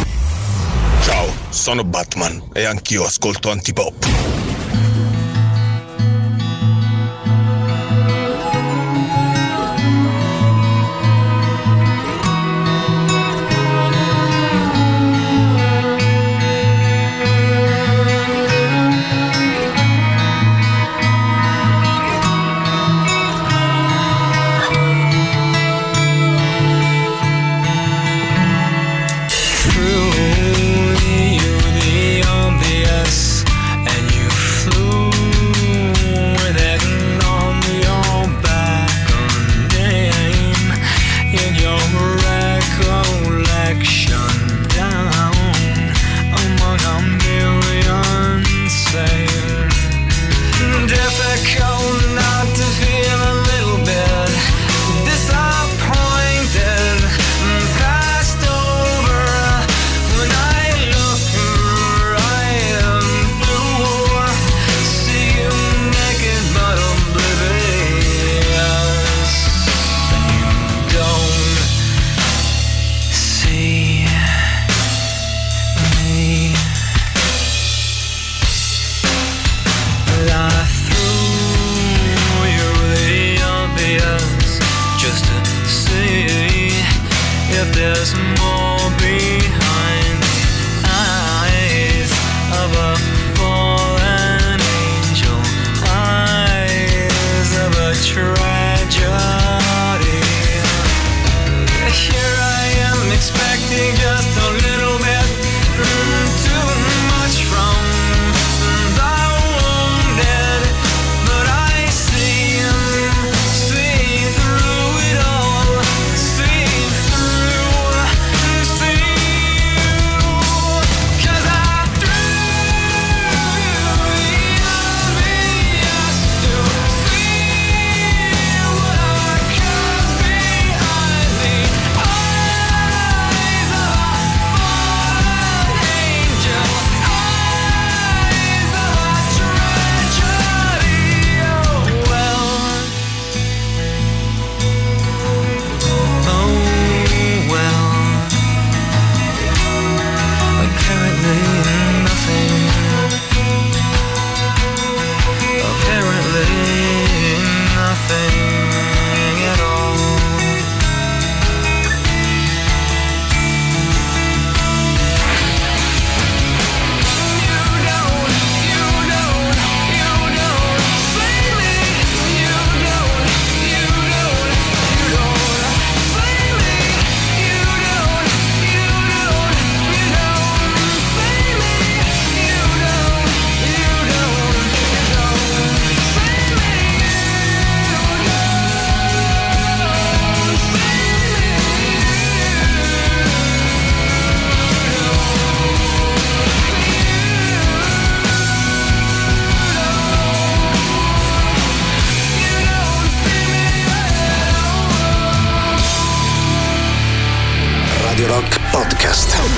Ciao, sono Batman e anch'io ascolto Antipop. Truly, you're the obvious, and you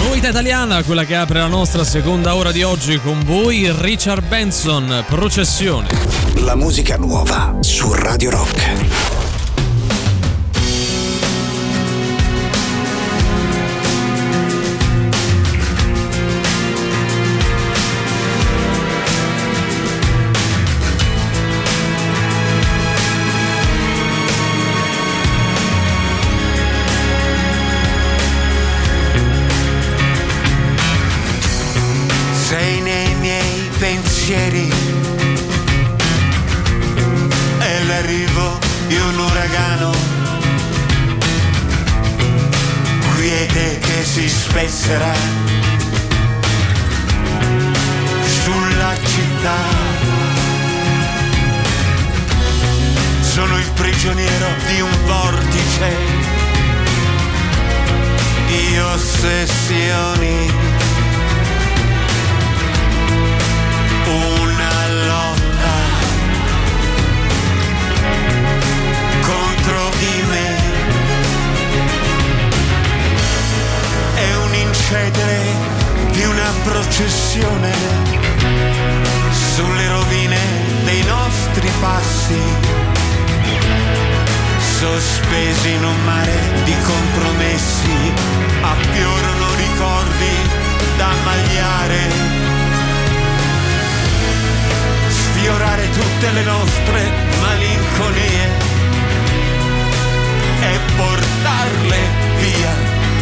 Novità italiana, quella che apre la nostra seconda ora di oggi con voi, Richard Benson, Processione. La musica nuova su Radio Rock. Sei nei miei pensieri, è l'arrivo di un uragano, quiete che si spezzelà sulla città. Sono il prigioniero di un vortice di ossessioni. Una lotta contro di me, è un incedere di una processione sulle rovine dei nostri passi, sospesi in un mare di compromessi, affiorano ricordi da magliare. Sfiorare tutte le nostre malinconie e portarle via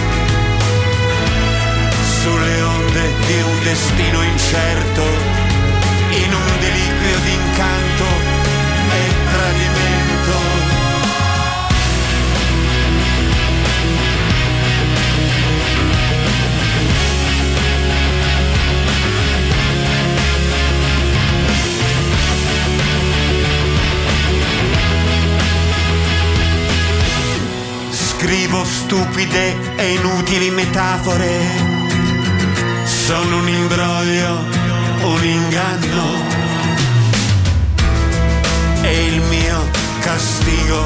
sulle onde di un destino incerto, in un deliquio di incanto e tradimento. Scrivo stupide e inutili metafore, sono un imbroglio, un inganno, e il mio castigo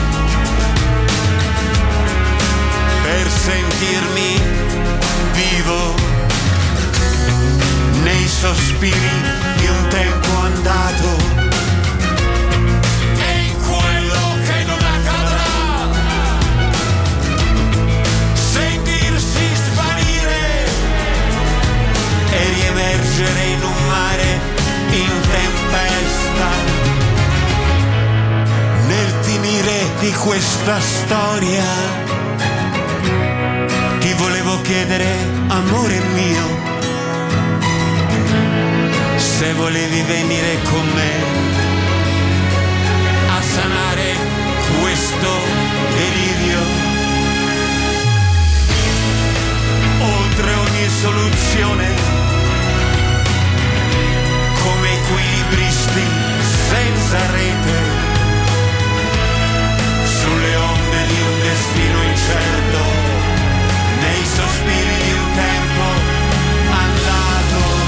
per sentirmi vivo nei sospiri di un tempo andato. Riemergere in un mare in tempesta, nel finire di questa storia ti volevo chiedere, amore mio, se volevi venire con me a sanare questo delirio. Oltre ogni soluzione, come equilibristi senza rete, sulle onde di un destino incerto, nei sospiri di un tempo andato.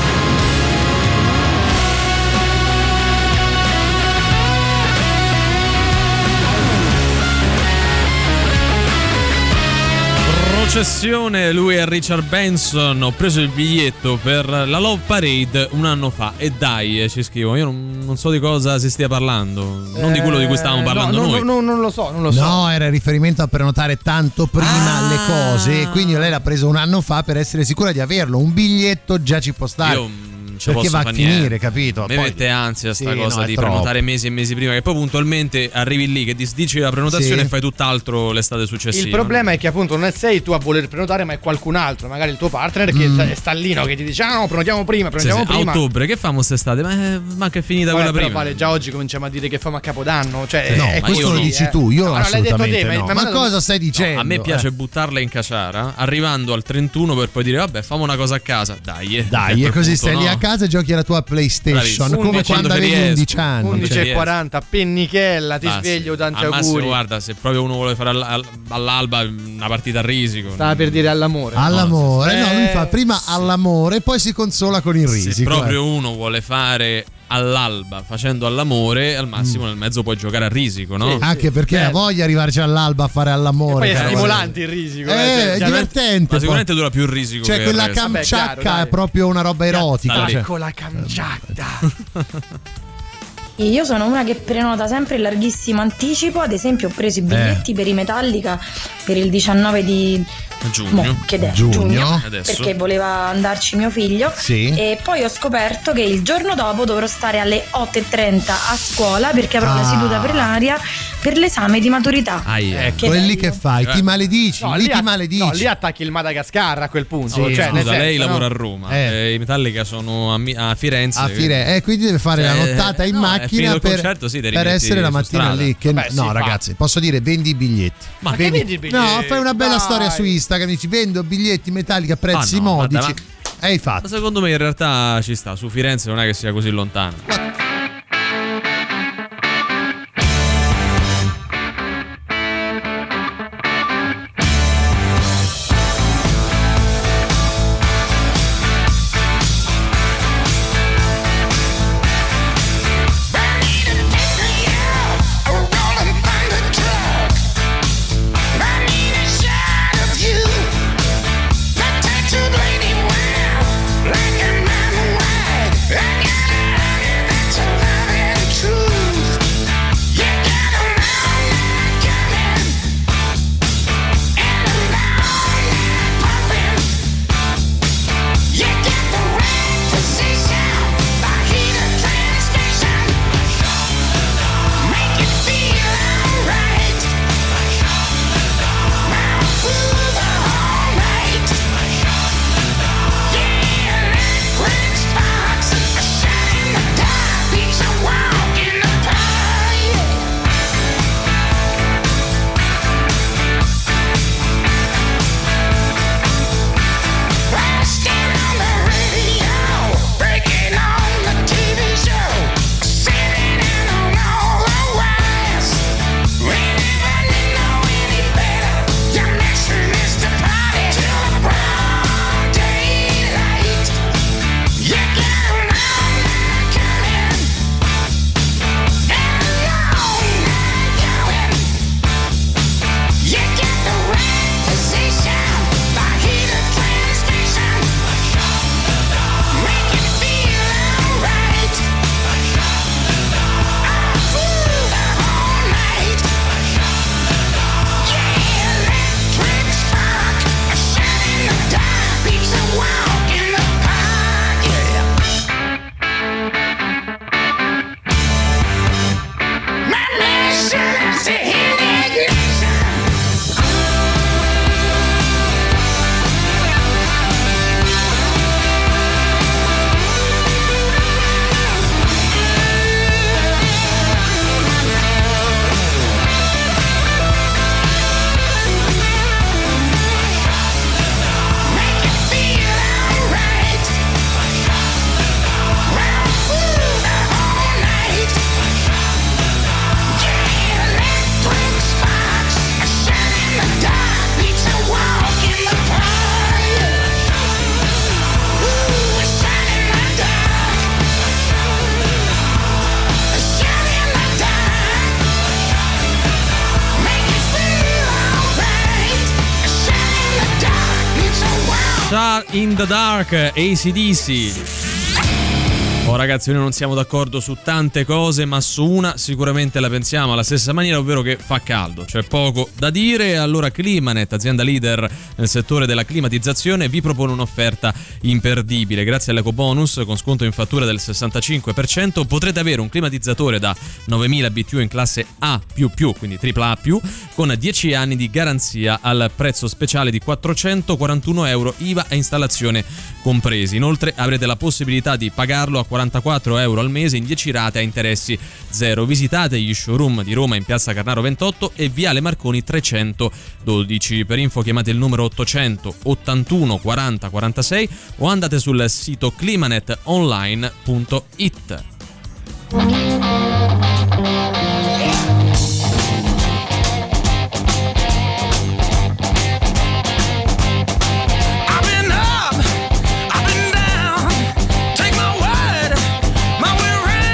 Processione, lui è Richard Benson. Ho preso il biglietto per la Love Parade un anno fa e dai, ci scrivo, io non, non so di cosa si stia parlando, non eh, di quello di cui stavamo parlando no, noi. No, no, non lo so, non lo so. No, era riferimento a prenotare tanto prima ah. le cose, quindi lei l'ha preso un anno fa per essere sicura di averlo. Un biglietto già ci può stare. Io perché va a finire, niente. Capito? Mi poi... mette ansia sta sì, cosa no, di troppo. prenotare mesi e mesi prima, che poi puntualmente arrivi lì che disdici la prenotazione sì. e fai tutt'altro l'estate successiva. Il problema è che appunto non sei tu a voler prenotare, ma è qualcun altro, magari il tuo partner che mm. sta, sta lì, no, che ti dice ah no, prenotiamo prima, prenotiamo sì, sì. prima. A ottobre che famo quest'estate? Ma, è, ma che è finita Vabbè, quella però prima. Vale, già oggi cominciamo a dire che famo a Capodanno, cioè no, è ma questo lo dici eh. tu, io no, assolutamente te, no. Ma, ma cosa stai dicendo? No, a me piace eh. buttarla in caciara, arrivando al trentuno per poi dire vabbè, famo una cosa a casa. Dai, dai, e così punto, stai no. lì a casa e giochi alla tua PlayStation. Bravissimo. Come quando avevi undici anni. undici e quaranta, pennichella, ti ah, sveglio, sì. tanti Al auguri. Massimo, guarda, se proprio uno vuole fare all- all'alba una partita a risico. Stava per dire all'amore. All'amore, no, no, lui fa prima sì. all'amore e poi si consola con il risico. Se proprio eh. uno vuole fare all'alba facendo all'amore, al massimo nel mezzo puoi giocare a risico, no? Sì, anche perché ha voglia di arrivarci all'alba a fare all'amore. E poi è cioè, stimolante il risico. Eh, eh, è cioè, divertente. Ma sicuramente dura più il risico. Cioè che quella il resto. camciacca Vabbè, chiaro, è proprio una roba erotica. Dai. Cioè. Ecco la camciacca. Io sono una che prenota sempre in larghissimo anticipo, ad esempio ho preso i biglietti Eh. per i Metallica per il diciannove di Giugno. Mo, che è Giugno. giugno, Adesso. perché voleva andarci mio figlio. Sì. E poi ho scoperto che il giorno dopo dovrò stare alle otto e trenta a scuola perché avrò Ah. la seduta plenaria per l'esame di maturità. Aia. Che Quelli bello. che fai? Ti maledici, No, lì lì, ti a- maledici. no, lì attacchi il Madagascar a quel punto. Sì, cioè, Scusa, nel senso, lei no? lavora a Roma, Eh. eh, i Metallica sono a, Mi- a Firenze. A Firenze, eh, quindi deve fare Cioè, la nottata in no, è macchina finito il per, concerto, sì, te li per metti essere la su mattina strada. lì. Che, Vabbè, no, si fa. ragazzi, posso dire vendi i biglietti. Ma che vendi il biglietto? No, fai una bella Dai. storia su Instagram, dici vendo biglietti Metallica a prezzi Ah, no, modici. guarda, E hai Ma fatto. secondo me in realtà ci sta, su Firenze non è che sia così lontano. Shot in the Dark, A C D C. Oh ragazzi, noi non siamo d'accordo su tante cose, ma su una sicuramente la pensiamo alla stessa maniera, ovvero che fa caldo, c'è poco da dire. Allora Climanet, azienda leader nel settore della climatizzazione, vi propone un'offerta imperdibile. Grazie all'ecobonus con sconto in fattura del sessantacinque per cento potrete avere un climatizzatore da novemila B T U in classe A++, quindi tripla A più, con dieci anni di garanzia al prezzo speciale di quattrocentoquarantuno euro I V A e installazione compresi. Inoltre avrete la possibilità di pagarlo a quarantaquattro euro al mese in dieci rate a interessi zero. Visitate gli showroom di Roma in piazza Carnaro ventotto e Viale Marconi trecentododici. Per info chiamate il numero ottocento ottantuno quaranta quarantasei o andate sul sito climanetonline punto it. I've been up, I've been down. Take my word, my way round.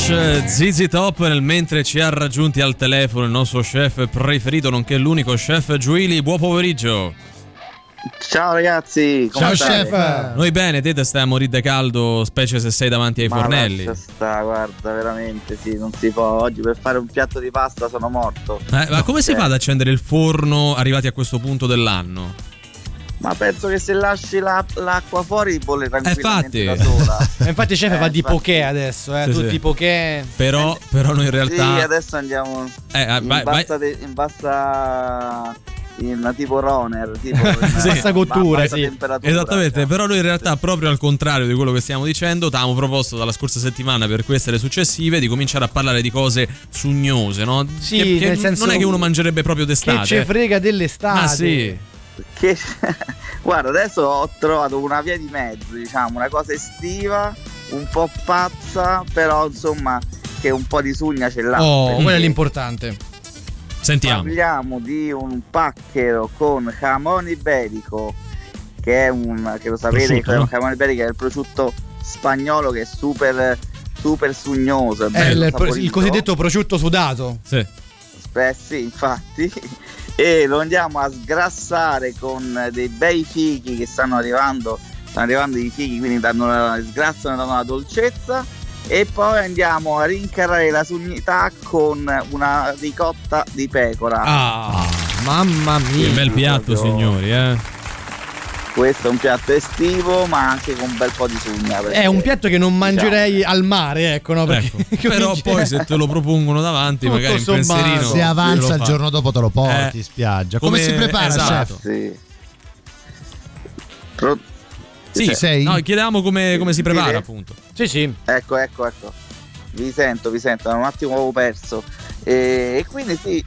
Rush, Z Z Top, nel mentre ci ha raggiunti al telefono il nostro chef preferito, nonché l'unico chef Giuili. Buon pomeriggio. Ciao ragazzi, come Ciao state? chef. Noi bene, te te stai a morire da caldo, specie se sei davanti ai Ma fornelli. lascia sta, guarda, veramente sì, non si può. Oggi per fare un piatto di pasta sono morto. Eh, ma come si Cioè, fa ad accendere il forno arrivati a questo punto dell'anno? Ma penso che se lasci la- l'acqua fuori bolle tranquillamente Eh, da infatti. sola. E infatti chef Eh, va di infatti. poké adesso, eh, Sì, tutti sì. i poké. Però, però noi in realtà Sì, adesso andiamo Eh, eh, in, vai- vai. bassa de- in bassa in tipo runner, tipo in Bassa cottura, bassa sì. temperatura. Esattamente, però noi in realtà proprio al contrario di quello che stiamo dicendo, ti avevamo proposto dalla scorsa settimana per queste e le successive di cominciare a parlare di cose sugnose, no? Sì, che, che nel senso- non è che uno mangerebbe proprio d'estate. Che ce frega dell'estate. Ma sì. Che guarda, adesso ho trovato una via di mezzo, diciamo, una cosa estiva, un po' pazza, però insomma che un po' di sugna ce l'ha. Oh, perché quello è l'importante. Sentiamo. Parliamo di un pacchero con jamon iberico, che è un, che lo sapete, Prosciutto, che è un no? jamon iberico, è il prosciutto spagnolo che è super super sugnoso, è È bello il, saporito. il cosiddetto prosciutto sudato. Sì. Beh sì, infatti. E lo andiamo a sgrassare con dei bei fichi che stanno arrivando. Stanno arrivando i fichi, quindi danno la, sgrassano e danno la dolcezza. E poi andiamo a rincarare la sugnità con una ricotta di pecora. Ah, mamma mia. Che bel piatto, Proprio- signori, eh. Questo è un piatto estivo, ma anche con un bel po' di sugna. perché- È un piatto che non mangerei al mare, ecco, no? Perché Ecco. Però poi se te lo propongono davanti, Tutto magari il sommato. pensierino Se avanza te lo il fa. giorno dopo te lo porti Eh, in spiaggia. Come, come- si prepara, esatto. chef? Sì. Pro- Sì, Ci sei? no, chiediamo come, come si prepara, Sì. appunto. Sì, sì. Ecco, ecco, ecco. Vi sento, vi sento, un attimo avevo perso. E, e quindi sì,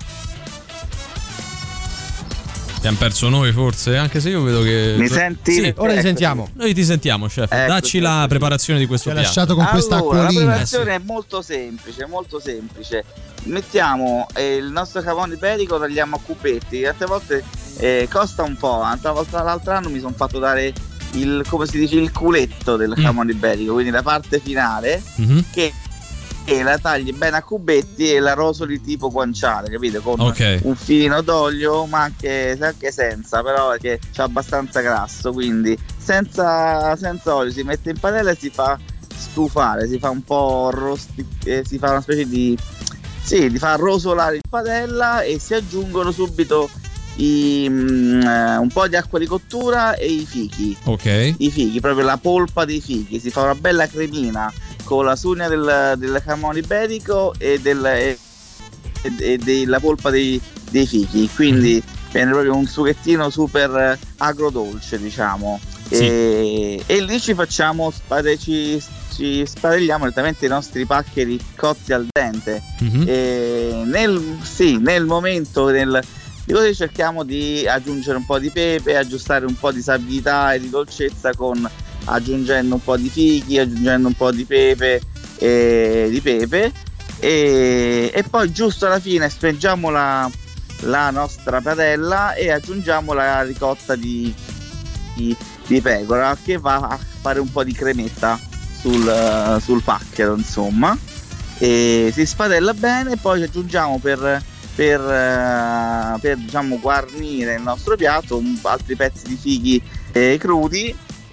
Abbiamo perso noi forse, anche se io vedo che... mi senti? Sì, Ora ti Ecco, sentiamo. noi ti sentiamo, chef. Ecco, Dacci sì, la sì. preparazione di questo Ti ha piatto. lasciato con questa Allora, la acquolina. preparazione è molto semplice, molto semplice. Mettiamo eh, il nostro jamon iberico, tagliamo a cubetti. Altre volte eh, costa un po', l'altra volta l'altro anno mi sono fatto dare il, come si dice, il culetto del Mm. jamon iberico, quindi la parte finale Mhm. che e la tagli bene a cubetti e la rosoli tipo guanciale, capito? Con Ok. un filino d'olio, ma anche, anche senza, però perché c'è abbastanza grasso, quindi senza, senza olio si mette in padella e si fa stufare, si fa un po' rosti, eh, si fa una specie di sì, si fa rosolare in padella e si aggiungono subito i, mm, eh, un po' di acqua di cottura e i fichi. Ok. I fichi, proprio la polpa dei fichi, si fa una bella cremina con la sugna del, del jamon iberico e, del, e, e della polpa dei, dei fichi, quindi viene proprio un sughettino super agrodolce, diciamo. Sì. E, e lì ci facciamo spade- ci, ci spadelliamo direttamente i nostri paccheri cotti al dente. Mhm. E nel, sì, nel momento nel, di così cerchiamo di aggiungere un po' di pepe, aggiustare un po' di sapidità e di dolcezza con aggiungendo un po' di fichi, aggiungendo un po' di pepe e di pepe e, e poi giusto alla fine spengiamo la, la nostra padella e aggiungiamo la ricotta di, di, di pecora che va a fare un po' di cremetta sul, sul pacchero, insomma, e si spadella bene e poi aggiungiamo per per, eh, per diciamo guarnire il nostro piatto un, altri pezzi di fichi eh, crudi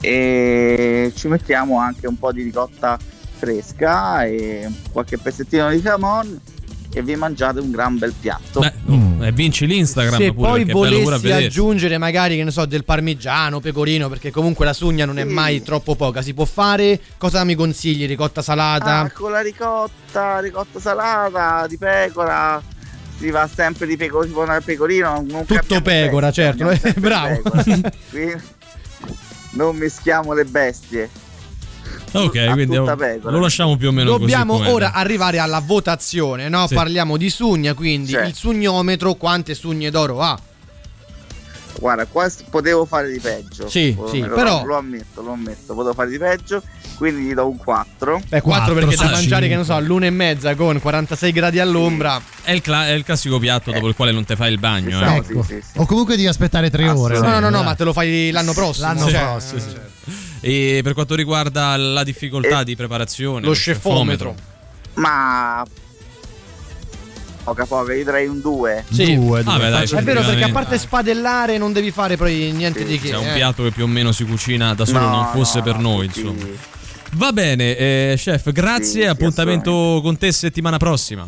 e ci mettiamo anche un po' di ricotta fresca e qualche pezzettino di jamon e vi mangiate un gran bel piatto. Beh, oh, e vinci l'Instagram Se pure, poi perché è bello pure a volessi vedersi. aggiungere magari, che ne so, del parmigiano, pecorino, perché comunque la sugna non è mai troppo poca, si può fare? Cosa mi consigli? Ricotta salata? Ah, con la ricotta, ricotta salata di pecora, si va sempre di pecorino, pecorino non Tutto pecora, certo, cambiamo sempre bravo. pecora. Quindi non mischiamo le bestie. Ok, a quindi tutta pecora. lo lasciamo più o meno Dobbiamo così com'è. ora arrivare alla votazione, no? Sì. Parliamo di sugna, quindi Sì. il sugnometro quante sugne d'oro ha? Guarda, qua s- potevo fare di peggio. Sì, Lo- sì, lo, però- lo ammetto, lo ammetto, potevo fare di peggio, quindi gli do un quattro. Beh, quattro perché da su mangiare, che cinque. ne so, all'una e mezza con quarantasei gradi all'ombra. È il, cla- è il classico piatto dopo il quale non te fai il bagno. Sì, Eh. Ecco. sì, sì. O comunque devi aspettare tre ore. No, no, no, no, Eh. ma te lo fai l'anno prossimo. L'anno cioè, prossimo, sì. E per quanto riguarda la difficoltà E di preparazione, lo scefometro. Ma poca poca, io direi un due. Sì. Due, due. Vabbè, dai, È vero, perché a effettivamente. parte spadellare non devi fare poi niente Sì. di che. C'è un eh. piatto che più o meno si cucina da solo, No, non fosse no, per no, noi, sì. insomma. Va bene, eh, chef, grazie. Sì, sì, appuntamento con te settimana prossima.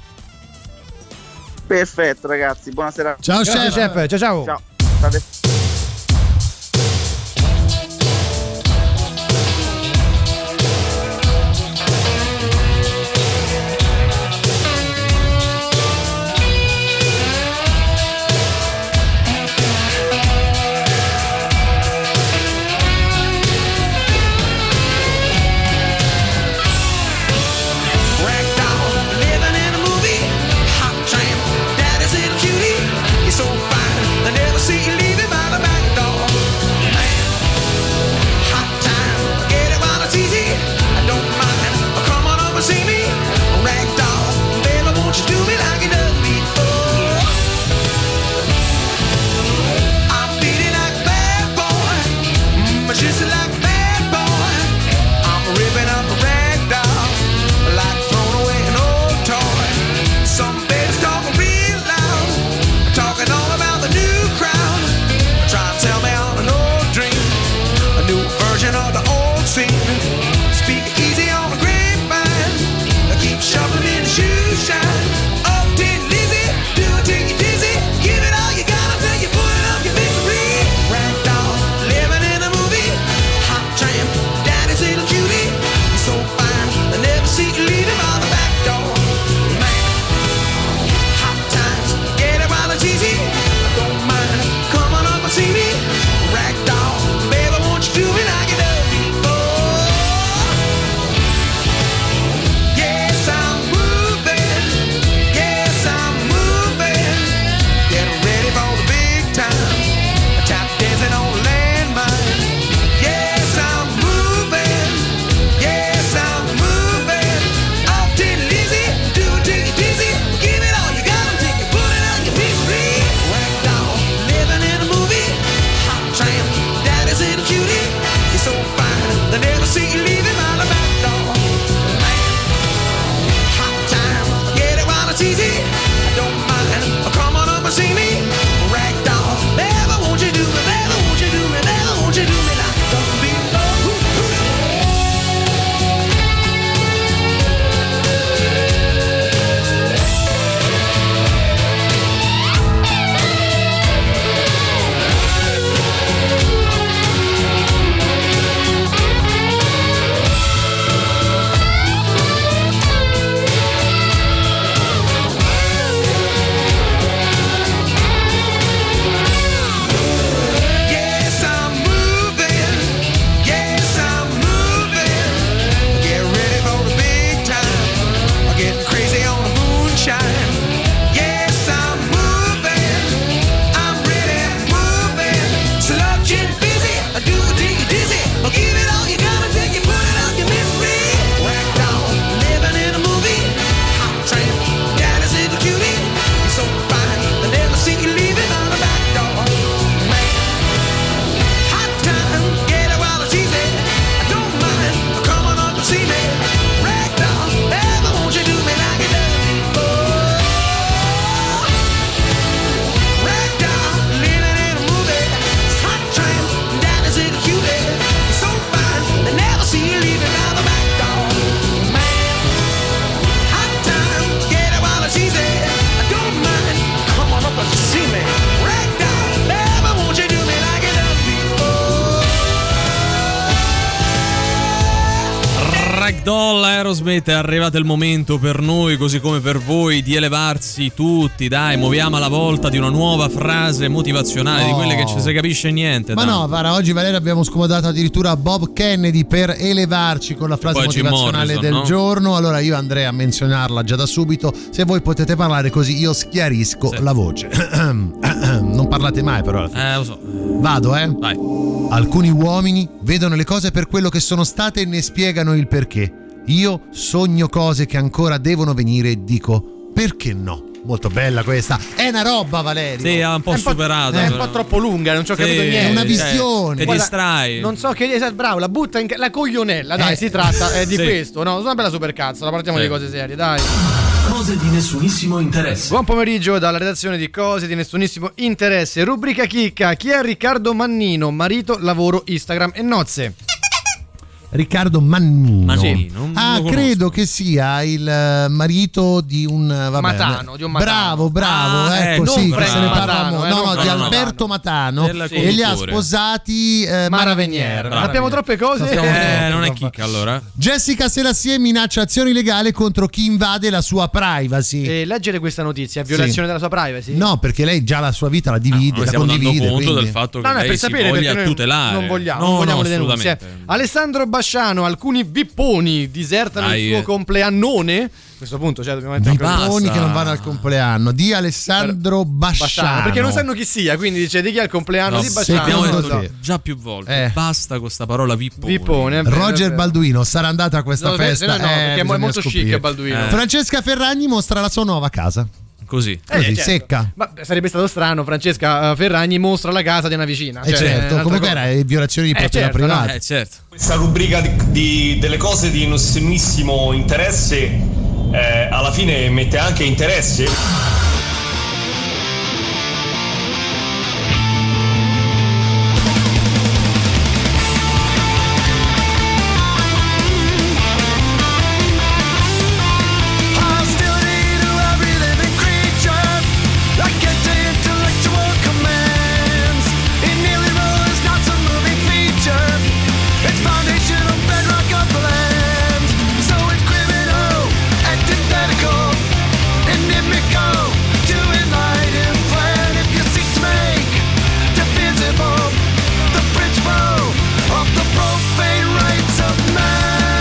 Perfetto, ragazzi, buonasera. Ciao Grazie, chef. chef. Ciao ciao. Ciao. State- Ragdoll, living in a movie. Hot tramp, daddy's little cutie. You're so fine, I never see you leaving by the back door. Man, hot time, get it while it's easy. I don't mind, come on over see me. Ragdoll, baby, won't you do me like you done before? I'm feeling like a bad boy, mm, but just like a bad boy. I'm ripping up a ragdoll, like throwing away an old toy. Some babies talking real loud, talking all about the new crowd. Trying to tell me on an old dream, a new version of the old scene. Speak easy on the grapevine, keep shuffling in the shoe shine. Oh, did Lizzie, do it till you dizzy. Give it all you got until you put it up your misery. Ragdoll, living in a movie. Hot tramp, daddy's little cutie. You're so fine, I never see you leaving by the back door. Man, hot times, get it while it's easy. I don't mind, come on up and see me. Ragdoll, baby, won't you do me like you done before? Yes, I'm moving. Yes, I'm moving. Get ready for the big time. Tap dancing on the landmine. Yes, I'm moving. Yes, I'm moving. Oh, did Lizzie, do it till you dizzy. Give it all you got until you put it on your misery. Ragdoll, living in a movie. Hot tramp, daddy's little cutie. You're so fine, they never see you leaving by the back door. Man, hot time, get it while it's easy. I don't mind, come on up and see me. Ragdoll, baby, won't you do me, baby, won't you do me, baby, won't you do me like you done before? Yes, I'm moving. Yes, I'm moving. Get ready for the big time. I'm getting crazy on the moonshine. Yes, I'm moving. I'm really moving. Sludging busy. I do it till you dizzy. I'll give it all you got until you put it on your misery. Ragdoll, living in a movie. Hot tramp, daddy's little cutie. You're so fine, I never see you leaving on the back door. Man, hot time, get it while it's easy. I don't mind, come on up and see me. Ragdoll, baby, won't you do me like you done before? Ragdoll, living in a movie. Hot tramp, daddy's little cutie. You're so fine, they never see you leaving out the back door. Man, hot time, get it while it's easy. I don't mind, come on up and see me. Ragdoll, baby, won't you do me like you done before? Ragdoll, Aerosmith, è arrivato il momento per noi, così come per voi, di elevarsi tutti. Dai, muoviamo alla volta di una nuova frase motivazionale, di Oh. quelle che ci si capisce niente. Ma dai. no, Vara, oggi Valeria abbiamo scomodato addirittura Bob Kennedy per elevarci con la frase Poi Jim motivazionale Morrison, del no? giorno. Allora io andrei a menzionarla già da subito. Se voi potete parlare così io schiarisco la voce. Non parlate mai però. Eh, lo so. Vado, eh? Vai. Alcuni uomini vedono le cose per quello che sono state e ne spiegano il perché. Io sogno cose che ancora devono venire e dico perché no? Molto bella questa. È una roba, Valerio. Sì, è un po' È un po'- superato. È un po' troppo lunga, non ci ho Sì, capito niente. È una cioè, visione. Ti Guarda, distrai. Non so che esatto, bravo, la butta in ca- la coglionella, dai, Eh. si tratta eh, di Sì. questo, no? Una bella supercazzola, partiamo Sì. di cose serie, dai. Cose di nessunissimo interesse. Buon pomeriggio dalla redazione di Cose di nessunissimo interesse. Rubrica chicca. Chi è Riccardo Mannino? Marito, lavoro, Instagram e nozze. Riccardo Mannino. Mannino, non Ah, lo conosco. credo che sia il eh, marito di un eh, vabbè, Matano, di un Matano. Bravo, bravo, Ah, ecco, eh, sì, non che se ne Matano, parla mo- eh, no, non no, di Matano. Alberto Matano Del e li ha conduttore. sposati eh, Mara Venier. Bravo. Sappiamo troppe cose. Sappiamo Eh, troppo, non è troppo. chicca allora. Jessica Selassie minaccia azione legale contro chi invade la sua privacy. E leggere questa notizia, violazione della sua privacy? No, perché lei già la sua vita la divide, Noi la stiamo dando condivide. conto quindi- del fatto che No, no, è lei per si sapere voglia perché noi tutelare. non vogliamo, No, non vogliamo no, le denunce. assolutamente. Alessandro Basciano, alcuni vipponi disertano Dai, il suo eh. compleannone. A questo punto, cioè, dobbiamo mettere I anche- Vipponi basta. che non vanno al compleanno di Alessandro Basciano. Basciano, perché non sanno chi sia, quindi dice di chi è il compleanno No, di abbiamo Basciano. secondo detto No. te. già più volte. Eh. Basta con sta parola vippone. Vippone, è vero, è Roger vero. Balduino sarà andato a questa No, festa. no, no, perché è bisogna molto scoprire. chic Balduino. Eh. Francesca Ferragni mostra la sua nuova casa. Così. Eh, Così, certo. secca. Ma sarebbe stato strano, Francesca eh, Ferragni mostra la casa di una vicina. Eh Cioè, è certo, un'altra comunque cosa. era eh, violazione di Eh, proprietà certo, privata. Eh, certo. Questa rubrica di, di- delle cose di nessunissimo interesse eh, alla fine mette anche interesse. Hostility to every living creature. I get the intellectual commands. Inalienable is not some moving feature. It's foundational bedrock of the land. So it's criminal, antithetical, inimical to enlighten plan. If you seek to make divisible the principle of the profane rights of man.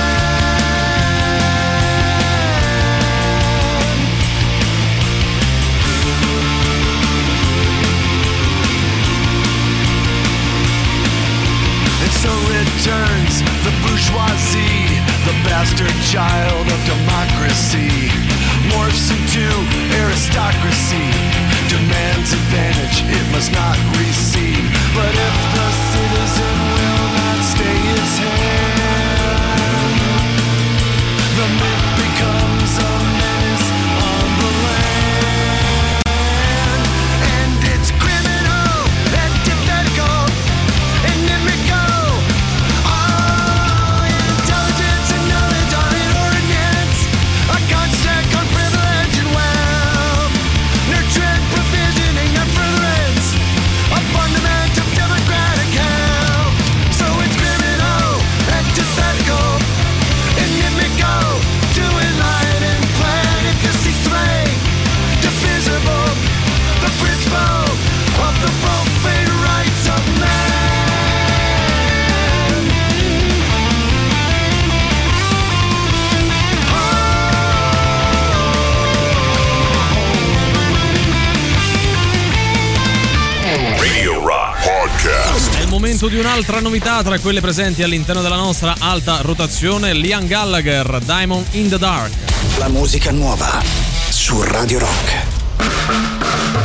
And so returns the bourgeoisie, the bastard child of democracy, morphs into aristocracy, demands advantage it must not receive. But if the citizen will not stay its hand, the myth becomes a menace on the land. And it's criminal, antithetical, inimical. All intelligence and knowledge are in ordinance, a construct on privilege and wealth, nurturing, provisioning, and furtherance, a fundamental democratic health. So it's criminal, antithetical, inimical to enlighten plan. If you seek to make divisible the principle of the profane rights of man. Radio Rock Podcast. È il momento di un'altra novità tra quelle presenti all'interno della nostra alta rotazione. Liam Gallagher, Diamond in the Dark. La musica nuova su Radio Rock.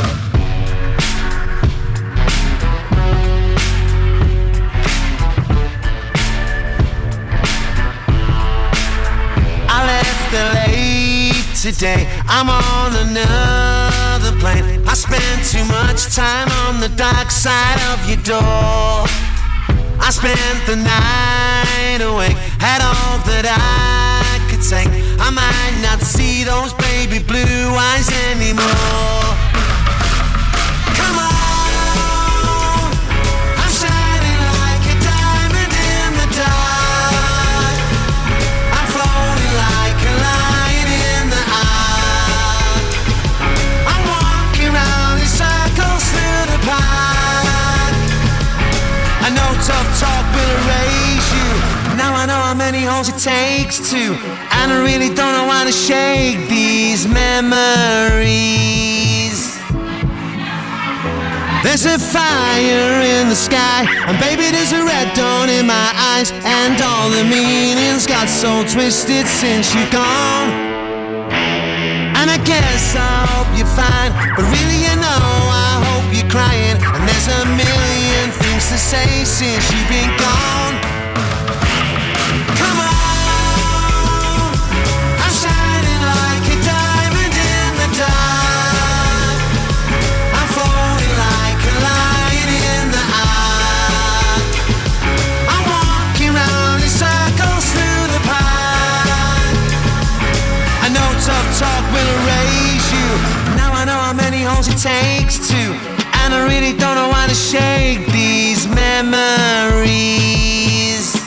I left L A today. I'm on another plane. I spent too much time on the dark side of your door. I spent the night awake, had all that I could take. I might not see those baby blue eyes anymore. Come on, I'm shining like a diamond in the dark. I'm floating like a lion in the eye. I'm walking round in circles through the park. I know tough talk will erase you. Now I know how many holes it takes to, and I really don't know how to shake these memories. There's a fire in the sky, and baby there's a red dawn in my eyes, and all the meanings got so twisted since you're gone. And I guess I hope you're fine, but really you know I hope you're crying. And there's a million things to say since you've been gone. Come on, I'm shining like a diamond in the dark. I'm falling like a lion in the eye. I'm walking round in circles through the park. I know tough talk will erase you. Now I know how many holes it takes to, and I really don't know how to shake these memories.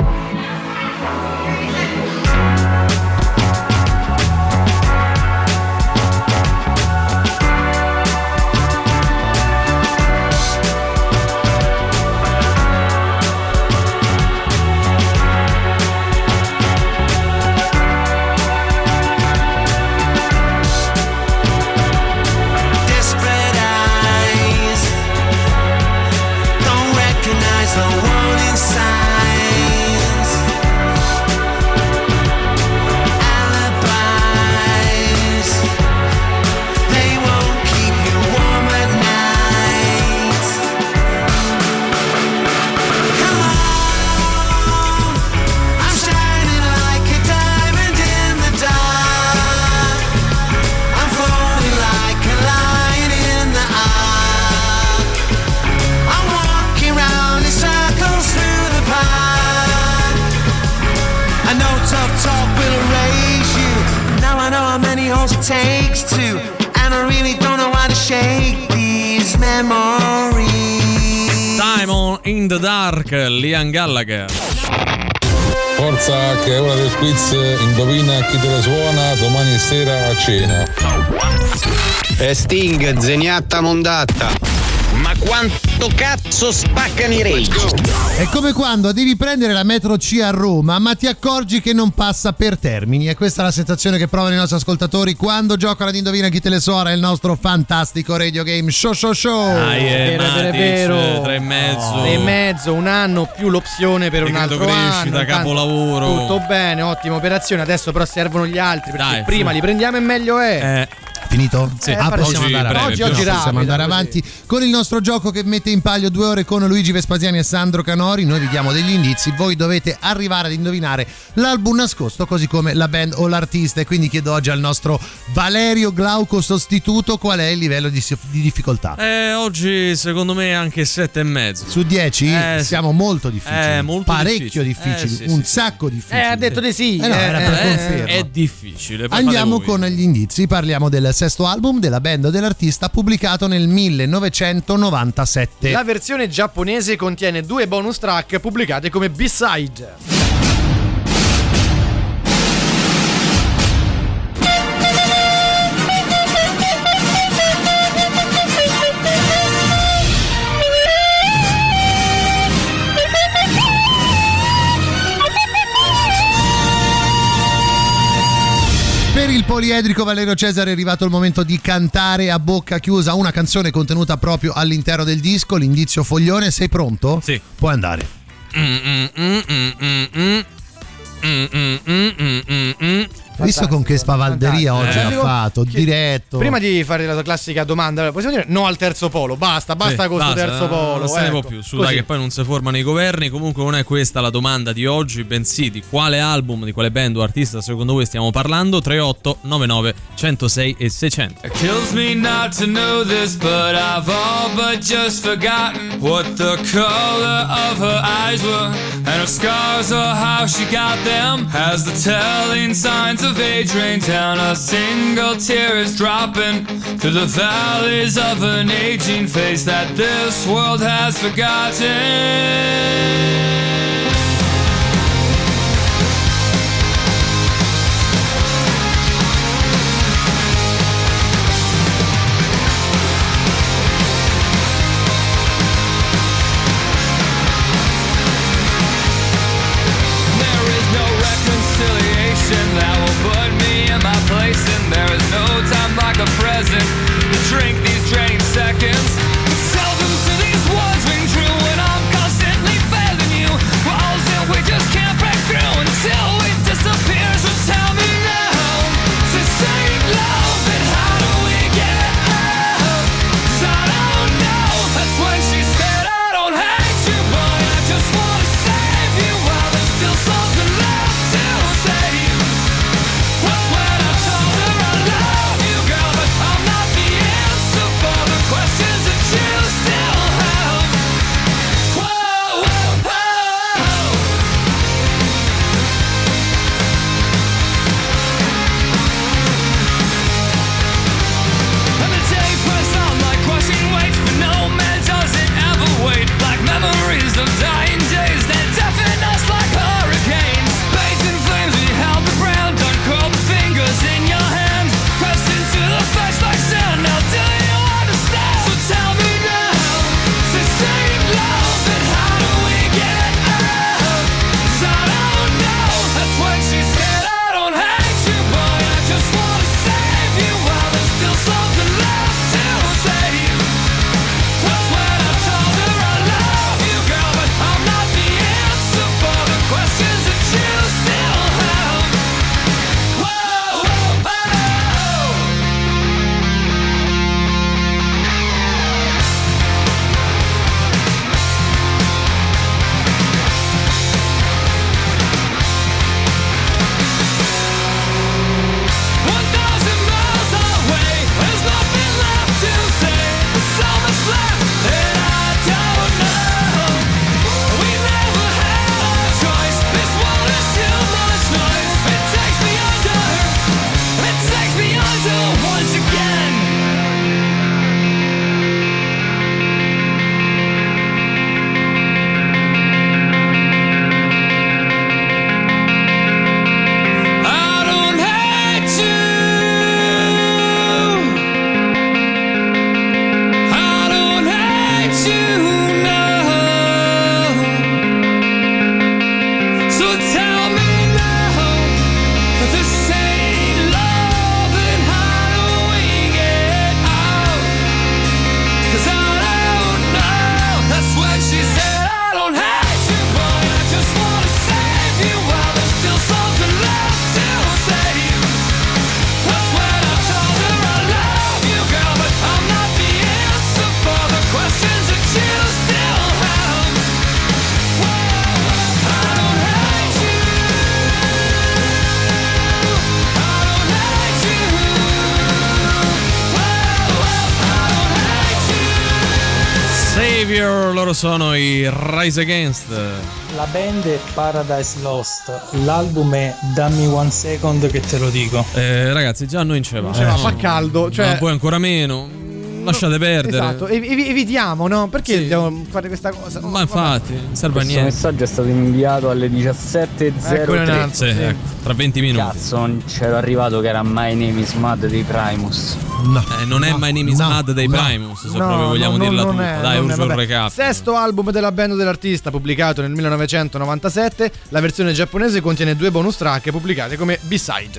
Takes two, and I really don't know how to shake these memories. Time on in the Dark, Liam Gallagher. Forza che è ora del quiz, indovina chi te la suona domani sera a cena. E Sting, zeniatta mondatta. Ma quanto cazzo spaccano i rage? È come quando devi prendere la metro C a Roma, ma ti accorgi che non passa per Termini. E questa è la sensazione che provano i nostri ascoltatori quando giocano ad Indovina chi te le suona, il nostro fantastico radio game show show show. Ah, yeah, vero, vero, vero. Tre e mezzo. Tre e mezzo, un anno più l'opzione per un altro crescita, anno. capolavoro. Tutto bene, ottima operazione. Adesso però servono gli altri, perché Dai, prima sì. li prendiamo e meglio è. Eh. Finito? Sì. Ah, Eh, possiamo oggi andare breve, avanti. oggi- oggi No, possiamo rapido, andare così. avanti con il nostro gioco che mette in palio due ore con Luigi Vespasiani e Sandro Canori. Noi vi diamo degli indizi, voi dovete arrivare ad indovinare l'album nascosto, così come la band o l'artista. E quindi chiedo oggi al nostro Valerio Glauco sostituto qual è il livello di, di difficoltà. Eh, oggi secondo me anche sette e mezzo. Su dieci? Eh, Siamo sì. molto difficili, Eh, molto parecchio difficile. difficili, Eh, sì, un sì, sacco difficili. Eh, ha detto di sì. Eh no, era eh, per eh, conferma. È difficile. poi Andiamo fate voi. con gli indizi, parliamo del sesto album della band o dell'artista pubblicato nel millenovecentonovantasette. La versione giapponese contiene due bonus track pubblicate come B-side. Per il poliedrico Valerio Cesare è arrivato il momento di cantare a bocca chiusa una canzone contenuta proprio all'interno del disco, l'indizio foglione. Sei pronto? Sì. Puoi andare. Mm, mm, mm, mm, mm, mm. Mm, mm, mm, mm, mm, mm. Visto con che spavalderia oggi Eh. ha fatto, diretto. Prima di fare la tua classica domanda, possiamo dire no al terzo polo? Basta, basta Sì, con questo basta, terzo polo. non se ne ecco. può più, su Così. dai, che poi non si formano i governi. Comunque non è questa la domanda di oggi, bensì di quale album, di quale band o artista secondo voi stiamo parlando. Tre otto nove nove uno zero sei e seicento. It kills me not to know this, but I've all but just forgotten what the color of her eyes were, and her scars or how she got them. As the telling signs of age rain down, a single tear is dropping through the valleys of an aging face that this world has forgotten. That will put me in my place, and there is no time like a present to drink these draining seconds. But seldom do these words ring true when I'm constantly failing you. Walls that we just can't break through until we disappear. So tell me now, to say love Savior, loro sono i Rise Against. La band è Paradise Lost, l'album è Dammi One Second che te lo dico. Eh, ragazzi, già noi in ce va. Non ce va, fa caldo, cioè- Ma poi ancora meno. Lasciate perdere. Esatto, ev- ev- evitiamo, no? Perché Sì. dobbiamo fare questa cosa? No, Ma infatti, non serve a Questo niente. messaggio è stato inviato alle diciassette e zero tre. Sì, ecco, tra venti minuti. Cazzo, non c'ero arrivato che era My Name is Mad dei Primus. No. Eh, non è My Name is no, Mad dei no. Primus, se No, proprio vogliamo no, dirla non tutta. è, Dai, non è, uso il vabbè. recap. Sesto album della band dell'artista, pubblicato nel millenovecentonovantasette. La versione giapponese contiene due bonus track pubblicate come B-side.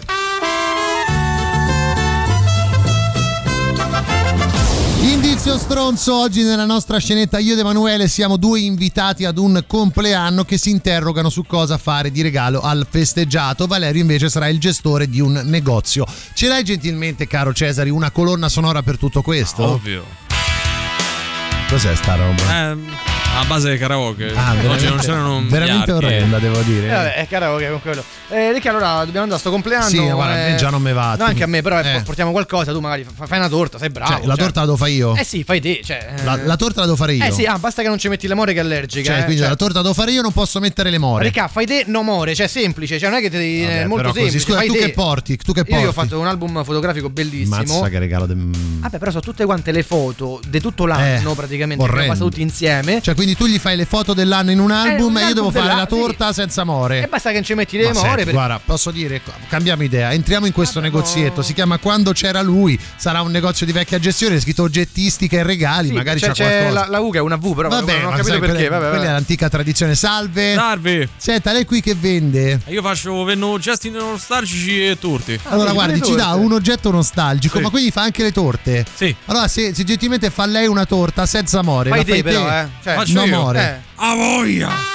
Indizio stronzo, oggi nella nostra scenetta io ed Emanuele siamo due invitati ad un compleanno che si interrogano su cosa fare di regalo al festeggiato. Valerio invece sarà il gestore di un negozio. Ce l'hai gentilmente, caro Cesari, una colonna sonora per tutto questo? Ovvio. Cos'è sta roba? Eh, a base di karaoke. Ah, Oggi non c'erano veramente miliardi. orrenda, devo dire. Eh, vabbè, è karaoke con quello. Eh, Ricchi, allora dobbiamo andare a sto compleanno. Sì, guarda, a me già non me va. No, anche a me, però eh, Eh. portiamo qualcosa. Tu magari fa- fai una torta, sei bravo. Cioè, la torta la devo fare io? Eh sì, fai te. Cioè, eh. La, la torta la devo fare io? Eh sì, ah, basta che non ci metti le more che è allergica. Cioè, eh. quindi Cioè, la torta la devo fare io, non posso mettere le more. Ricca, fai te, no more, cioè semplice, cioè non è che ti devi, Vabbè, è molto però così, semplice. scusa, fai tu te. che porti? Tu che Io porti? ho fatto un album fotografico bellissimo. Mazza che regalo de... Vabbè, però sono tutte quante le foto di tutto l'anno Eh, praticamente, che abbiamo orrendo. passato tutti insieme. Cioè, quindi tu gli fai le foto dell'anno in un album un e io album devo fare della- la torta sì. senza more. E basta che non ci metti le Ma more. senti, per- guarda, posso dire, cambiamo idea, entriamo in questo negozietto, si chiama Quando c'era lui, sarà un negozio di vecchia gestione, scritto oggettistica e regali, Sì, magari c'è, c'è, c'è qualcosa. la, la U che è una V, però Vabbè, non ho ma capito sai, perché. quella, Vabbè, quella vabbè. è l'antica tradizione. Salve. Salve. Senta, lei qui che vende? Io faccio venno gesti nostalgici e torti. Allora, guardi, ci dà un oggetto nostalgico, Sì. ma quindi fa anche le torte. Sì. Allora, se, se gentilmente fa lei una torta senza more, Fai la te, fai però, te. eh. Cioè, Faccio no io. more. Eh. A voglia.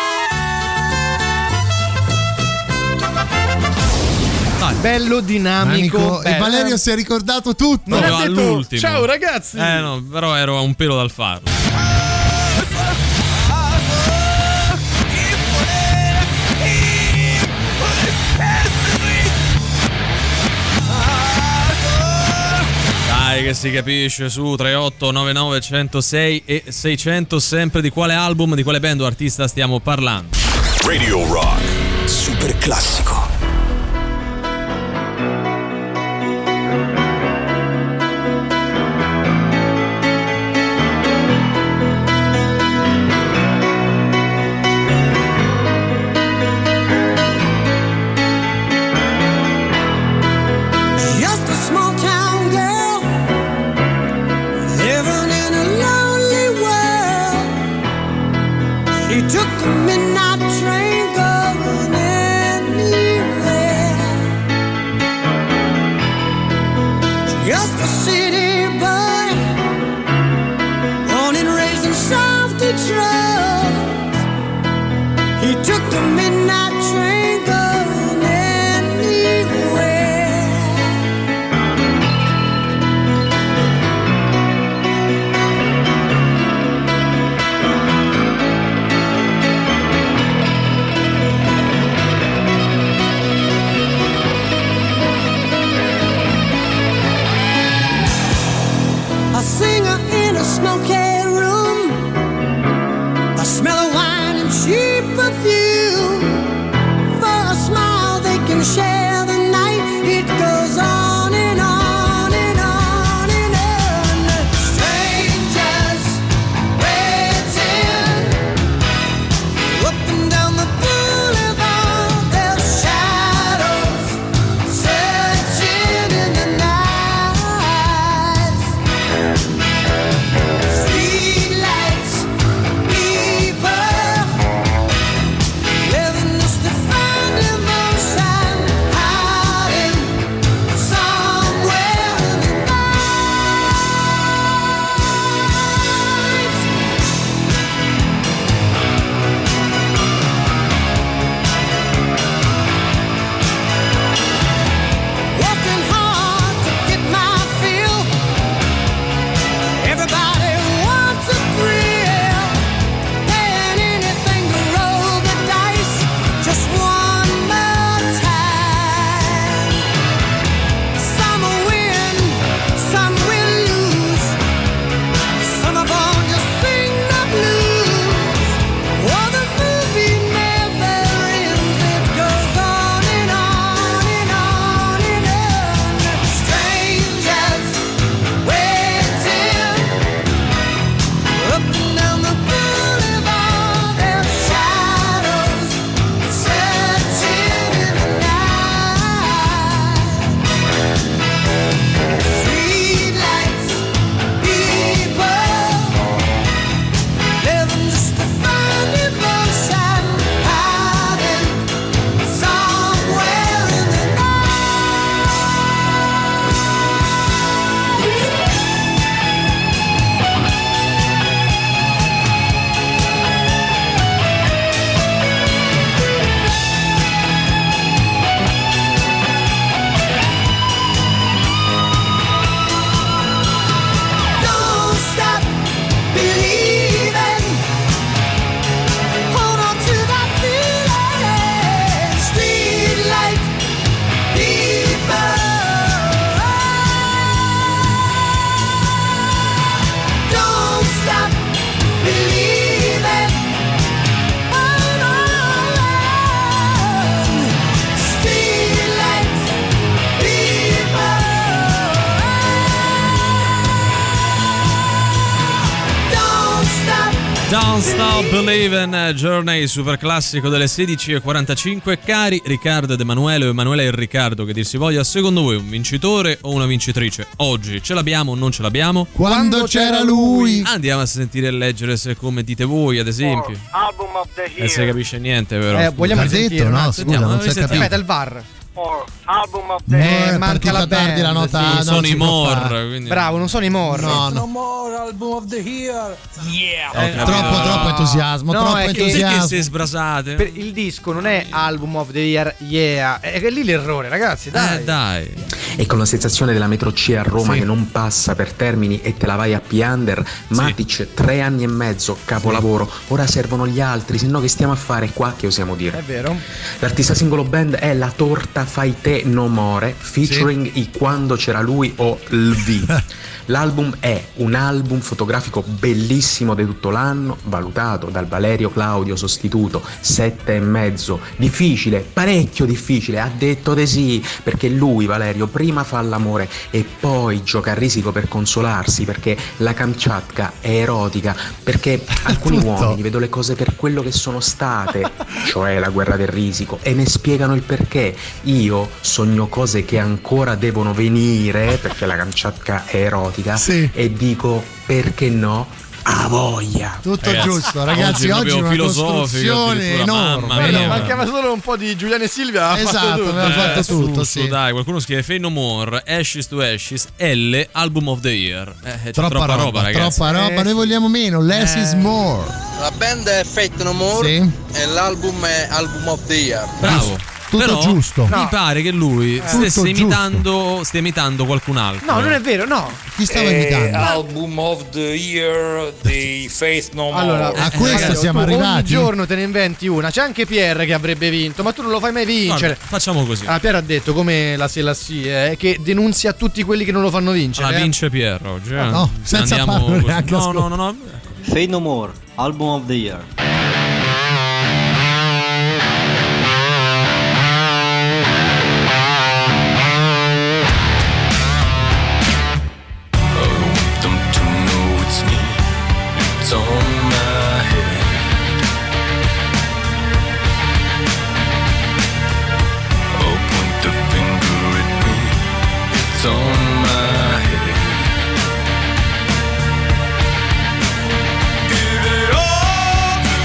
Bello, dinamico. Amico, e bello. Valerio si è ricordato tutto. Non Proprio ha detto, all'ultimo. ciao ragazzi. Eh no, però ero a un pelo dal farlo. Dai che si capisce su tre otto nove nove uno zero sei e seicento, sempre di quale album, di quale band o artista stiamo parlando. Radio Rock. Super classico. Just a small town girl living in a lonely world. She took the midnight train going anywhere. Just a city boy, born and raised in South Detroit. He took the midnight train going anywhere. A singer in a smoky room, a smell of wine and cheap perfume. For a smile they can share the night. It goes on and on and on and on. Strangers waiting up and down the boulevard. Their shadows searching in the night. Street Don't Stop Believin', Journey, super classico delle sedici e quarantacinque. Cari Riccardo ed Emanuele, o Emanuele e Riccardo che dir si voglia, secondo voi un vincitore o una vincitrice? Oggi ce l'abbiamo o non ce l'abbiamo? Quando c'era lui. Andiamo a sentire e leggere se come dite voi, ad esempio. Album of the E se capisce niente, però. Eh, vogliamo Ha sentire, detto, un no? attimo. Scusa, non si è Aspetta, capito. il V A R. Or album of the Eh, year. è manca partita la tardi band, la nota. sì. non Sono si i può More, fare. quindi... Bravo, non sono i More. No, no. more album of the year. Yeah. Ho Eh, capito. Troppo, troppo entusiasmo. No, troppo è che- Perché entusiasmo. si sbrasate? Per- il disco non è Album of the Year, yeah. È è lì l'errore, ragazzi, dai. Eh, dai. E con la sensazione della metro C a Roma Sì. che non passa per Termini e te la vai a Piander, Matic tre anni e mezzo, capolavoro, ora servono gli altri, se no che stiamo a fare qua, che osiamo dire. È vero. L'artista singolo band è La Torta Fai Te No More, featuring i Quando c'era lui o il V. L'album è un album fotografico bellissimo di tutto l'anno, valutato dal Valerio Claudio sostituto sette e mezzo. Difficile, parecchio difficile, ha detto di sì, perché lui, Valerio, prima fa l'amore e poi gioca a risico per consolarsi, perché la Kamchatka è erotica, perché alcuni Tutto. uomini vedo le cose per quello che sono state, cioè la guerra del risico, e ne spiegano il perché. Io sogno cose che ancora devono venire, perché la Kamchatka è erotica, Sì. e dico perché no, a voglia. Tutto Ragazzi, giusto, ragazzi. oggi Oggi, proprio una filosofico, costruzione addirittura, enorme. mamma Guarda, mia. mancava solo un po' di Giuliano e Silvia. Ha Esatto, fatto tutto. aveva fatto Eh, tutto, su, sì. su, dai, qualcuno scrive Fade No More, Ashes to Ashes, L, Album of the Year. Eh, c'è Troppa, troppa, roba, ragazzi. troppa roba. Eh, Noi sì. vogliamo meno. Less Eh. is more. La band è Fate No More Sì. e l'album è Album of the Year. Bravo. Tutto Però giusto. mi No. pare che lui Tutto stesse imitando, stia imitando qualcun altro. No, non è vero, no. Chi stava Eh, imitando? Album of the Year di Faith No More. Allora, A questo Mario, siamo tu arrivati. Ogni giorno te ne inventi una. C'è anche Pierre che avrebbe vinto, ma tu non lo fai mai vincere. Guarda, facciamo così. Ah, Pierre ha detto, come la Selassie, eh, che denunzia tutti quelli che non lo fanno vincere. Ah, eh. vince Pierre oggi. eh. No, senza Andiamo farlo così. neanche No, ascoltare. no, no, no. Fade No More, album of the year. Them to know it's me. It's on my head. Oh, point the finger at me. It's on my head. Give it all to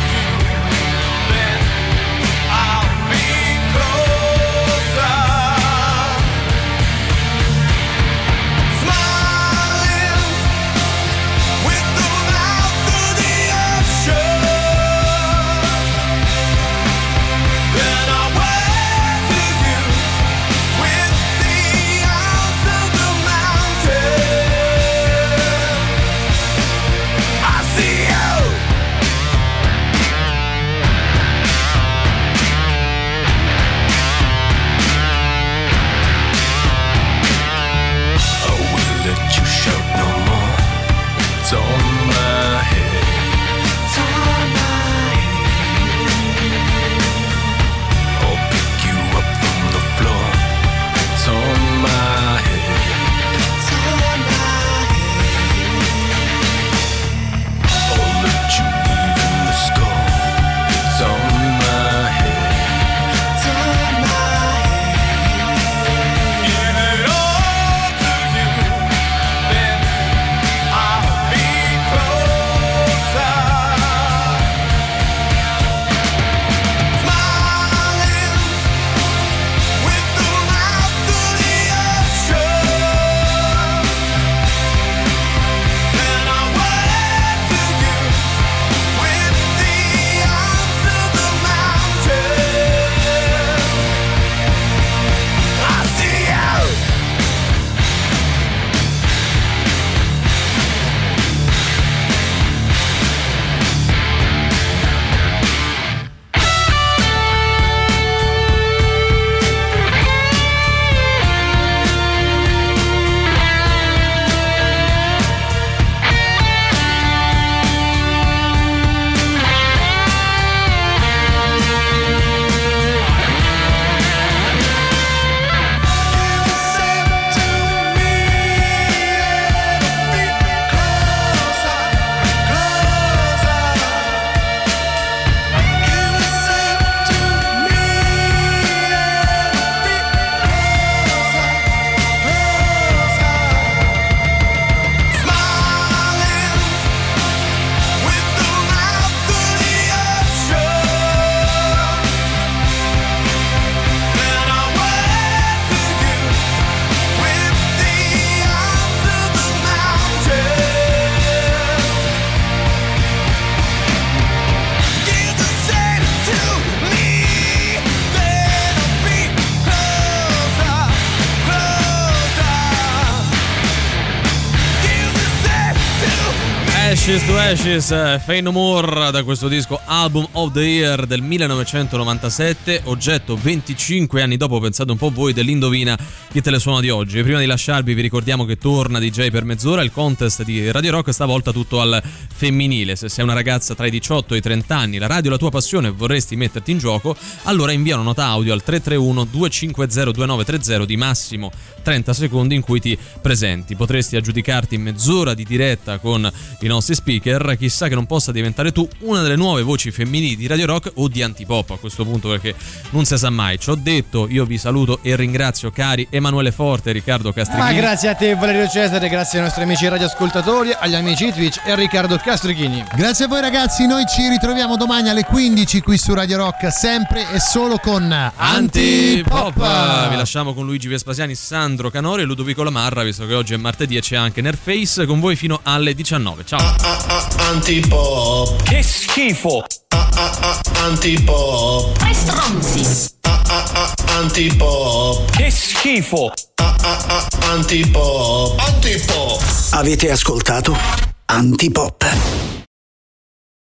Ashes to Ashes, Fade No More, da questo disco Album of the Year del millenovecentonovantasette, oggetto venticinque anni dopo, pensate un po' voi, dell'Indovina chi te le suona di oggi. E prima di lasciarvi vi ricordiamo che torna D J per mezz'ora, il contest di Radio Rock, stavolta tutto al femminile. Se sei una ragazza tra i diciotto e i trenta anni, la radio è la tua passione e vorresti metterti in gioco, allora invia una nota audio al tre tre uno due cinque zero due nove tre zero di massimo trenta secondi in cui ti presenti. Potresti aggiudicarti in mezz'ora di diretta con i nostri speaker, chissà che non possa diventare tu una delle nuove voci femminili di Radio Rock o di Antipop a questo punto, perché non si sa mai. Ci ho detto, io vi saluto e ringrazio cari Emanuele Forte e Riccardo Castrichini. Ma grazie a te Valerio Cesare, grazie ai nostri amici radioascoltatori, agli amici di Twitch e a Riccardo Castrichini. Grazie a voi ragazzi, noi ci ritroviamo domani alle quindici qui su Radio Rock, sempre e solo con Antipop. Vi lasciamo con Luigi Vespasiani, Sandro Canori e Ludovico Lamarra, visto che oggi è martedì e c'è anche Nerface con voi fino alle diciannove. Ciao. Antipop. Che schifo. Antipop. Tre stronzi. Antipop. Che schifo. Antipop. Antipop. Avete ascoltato Antipop.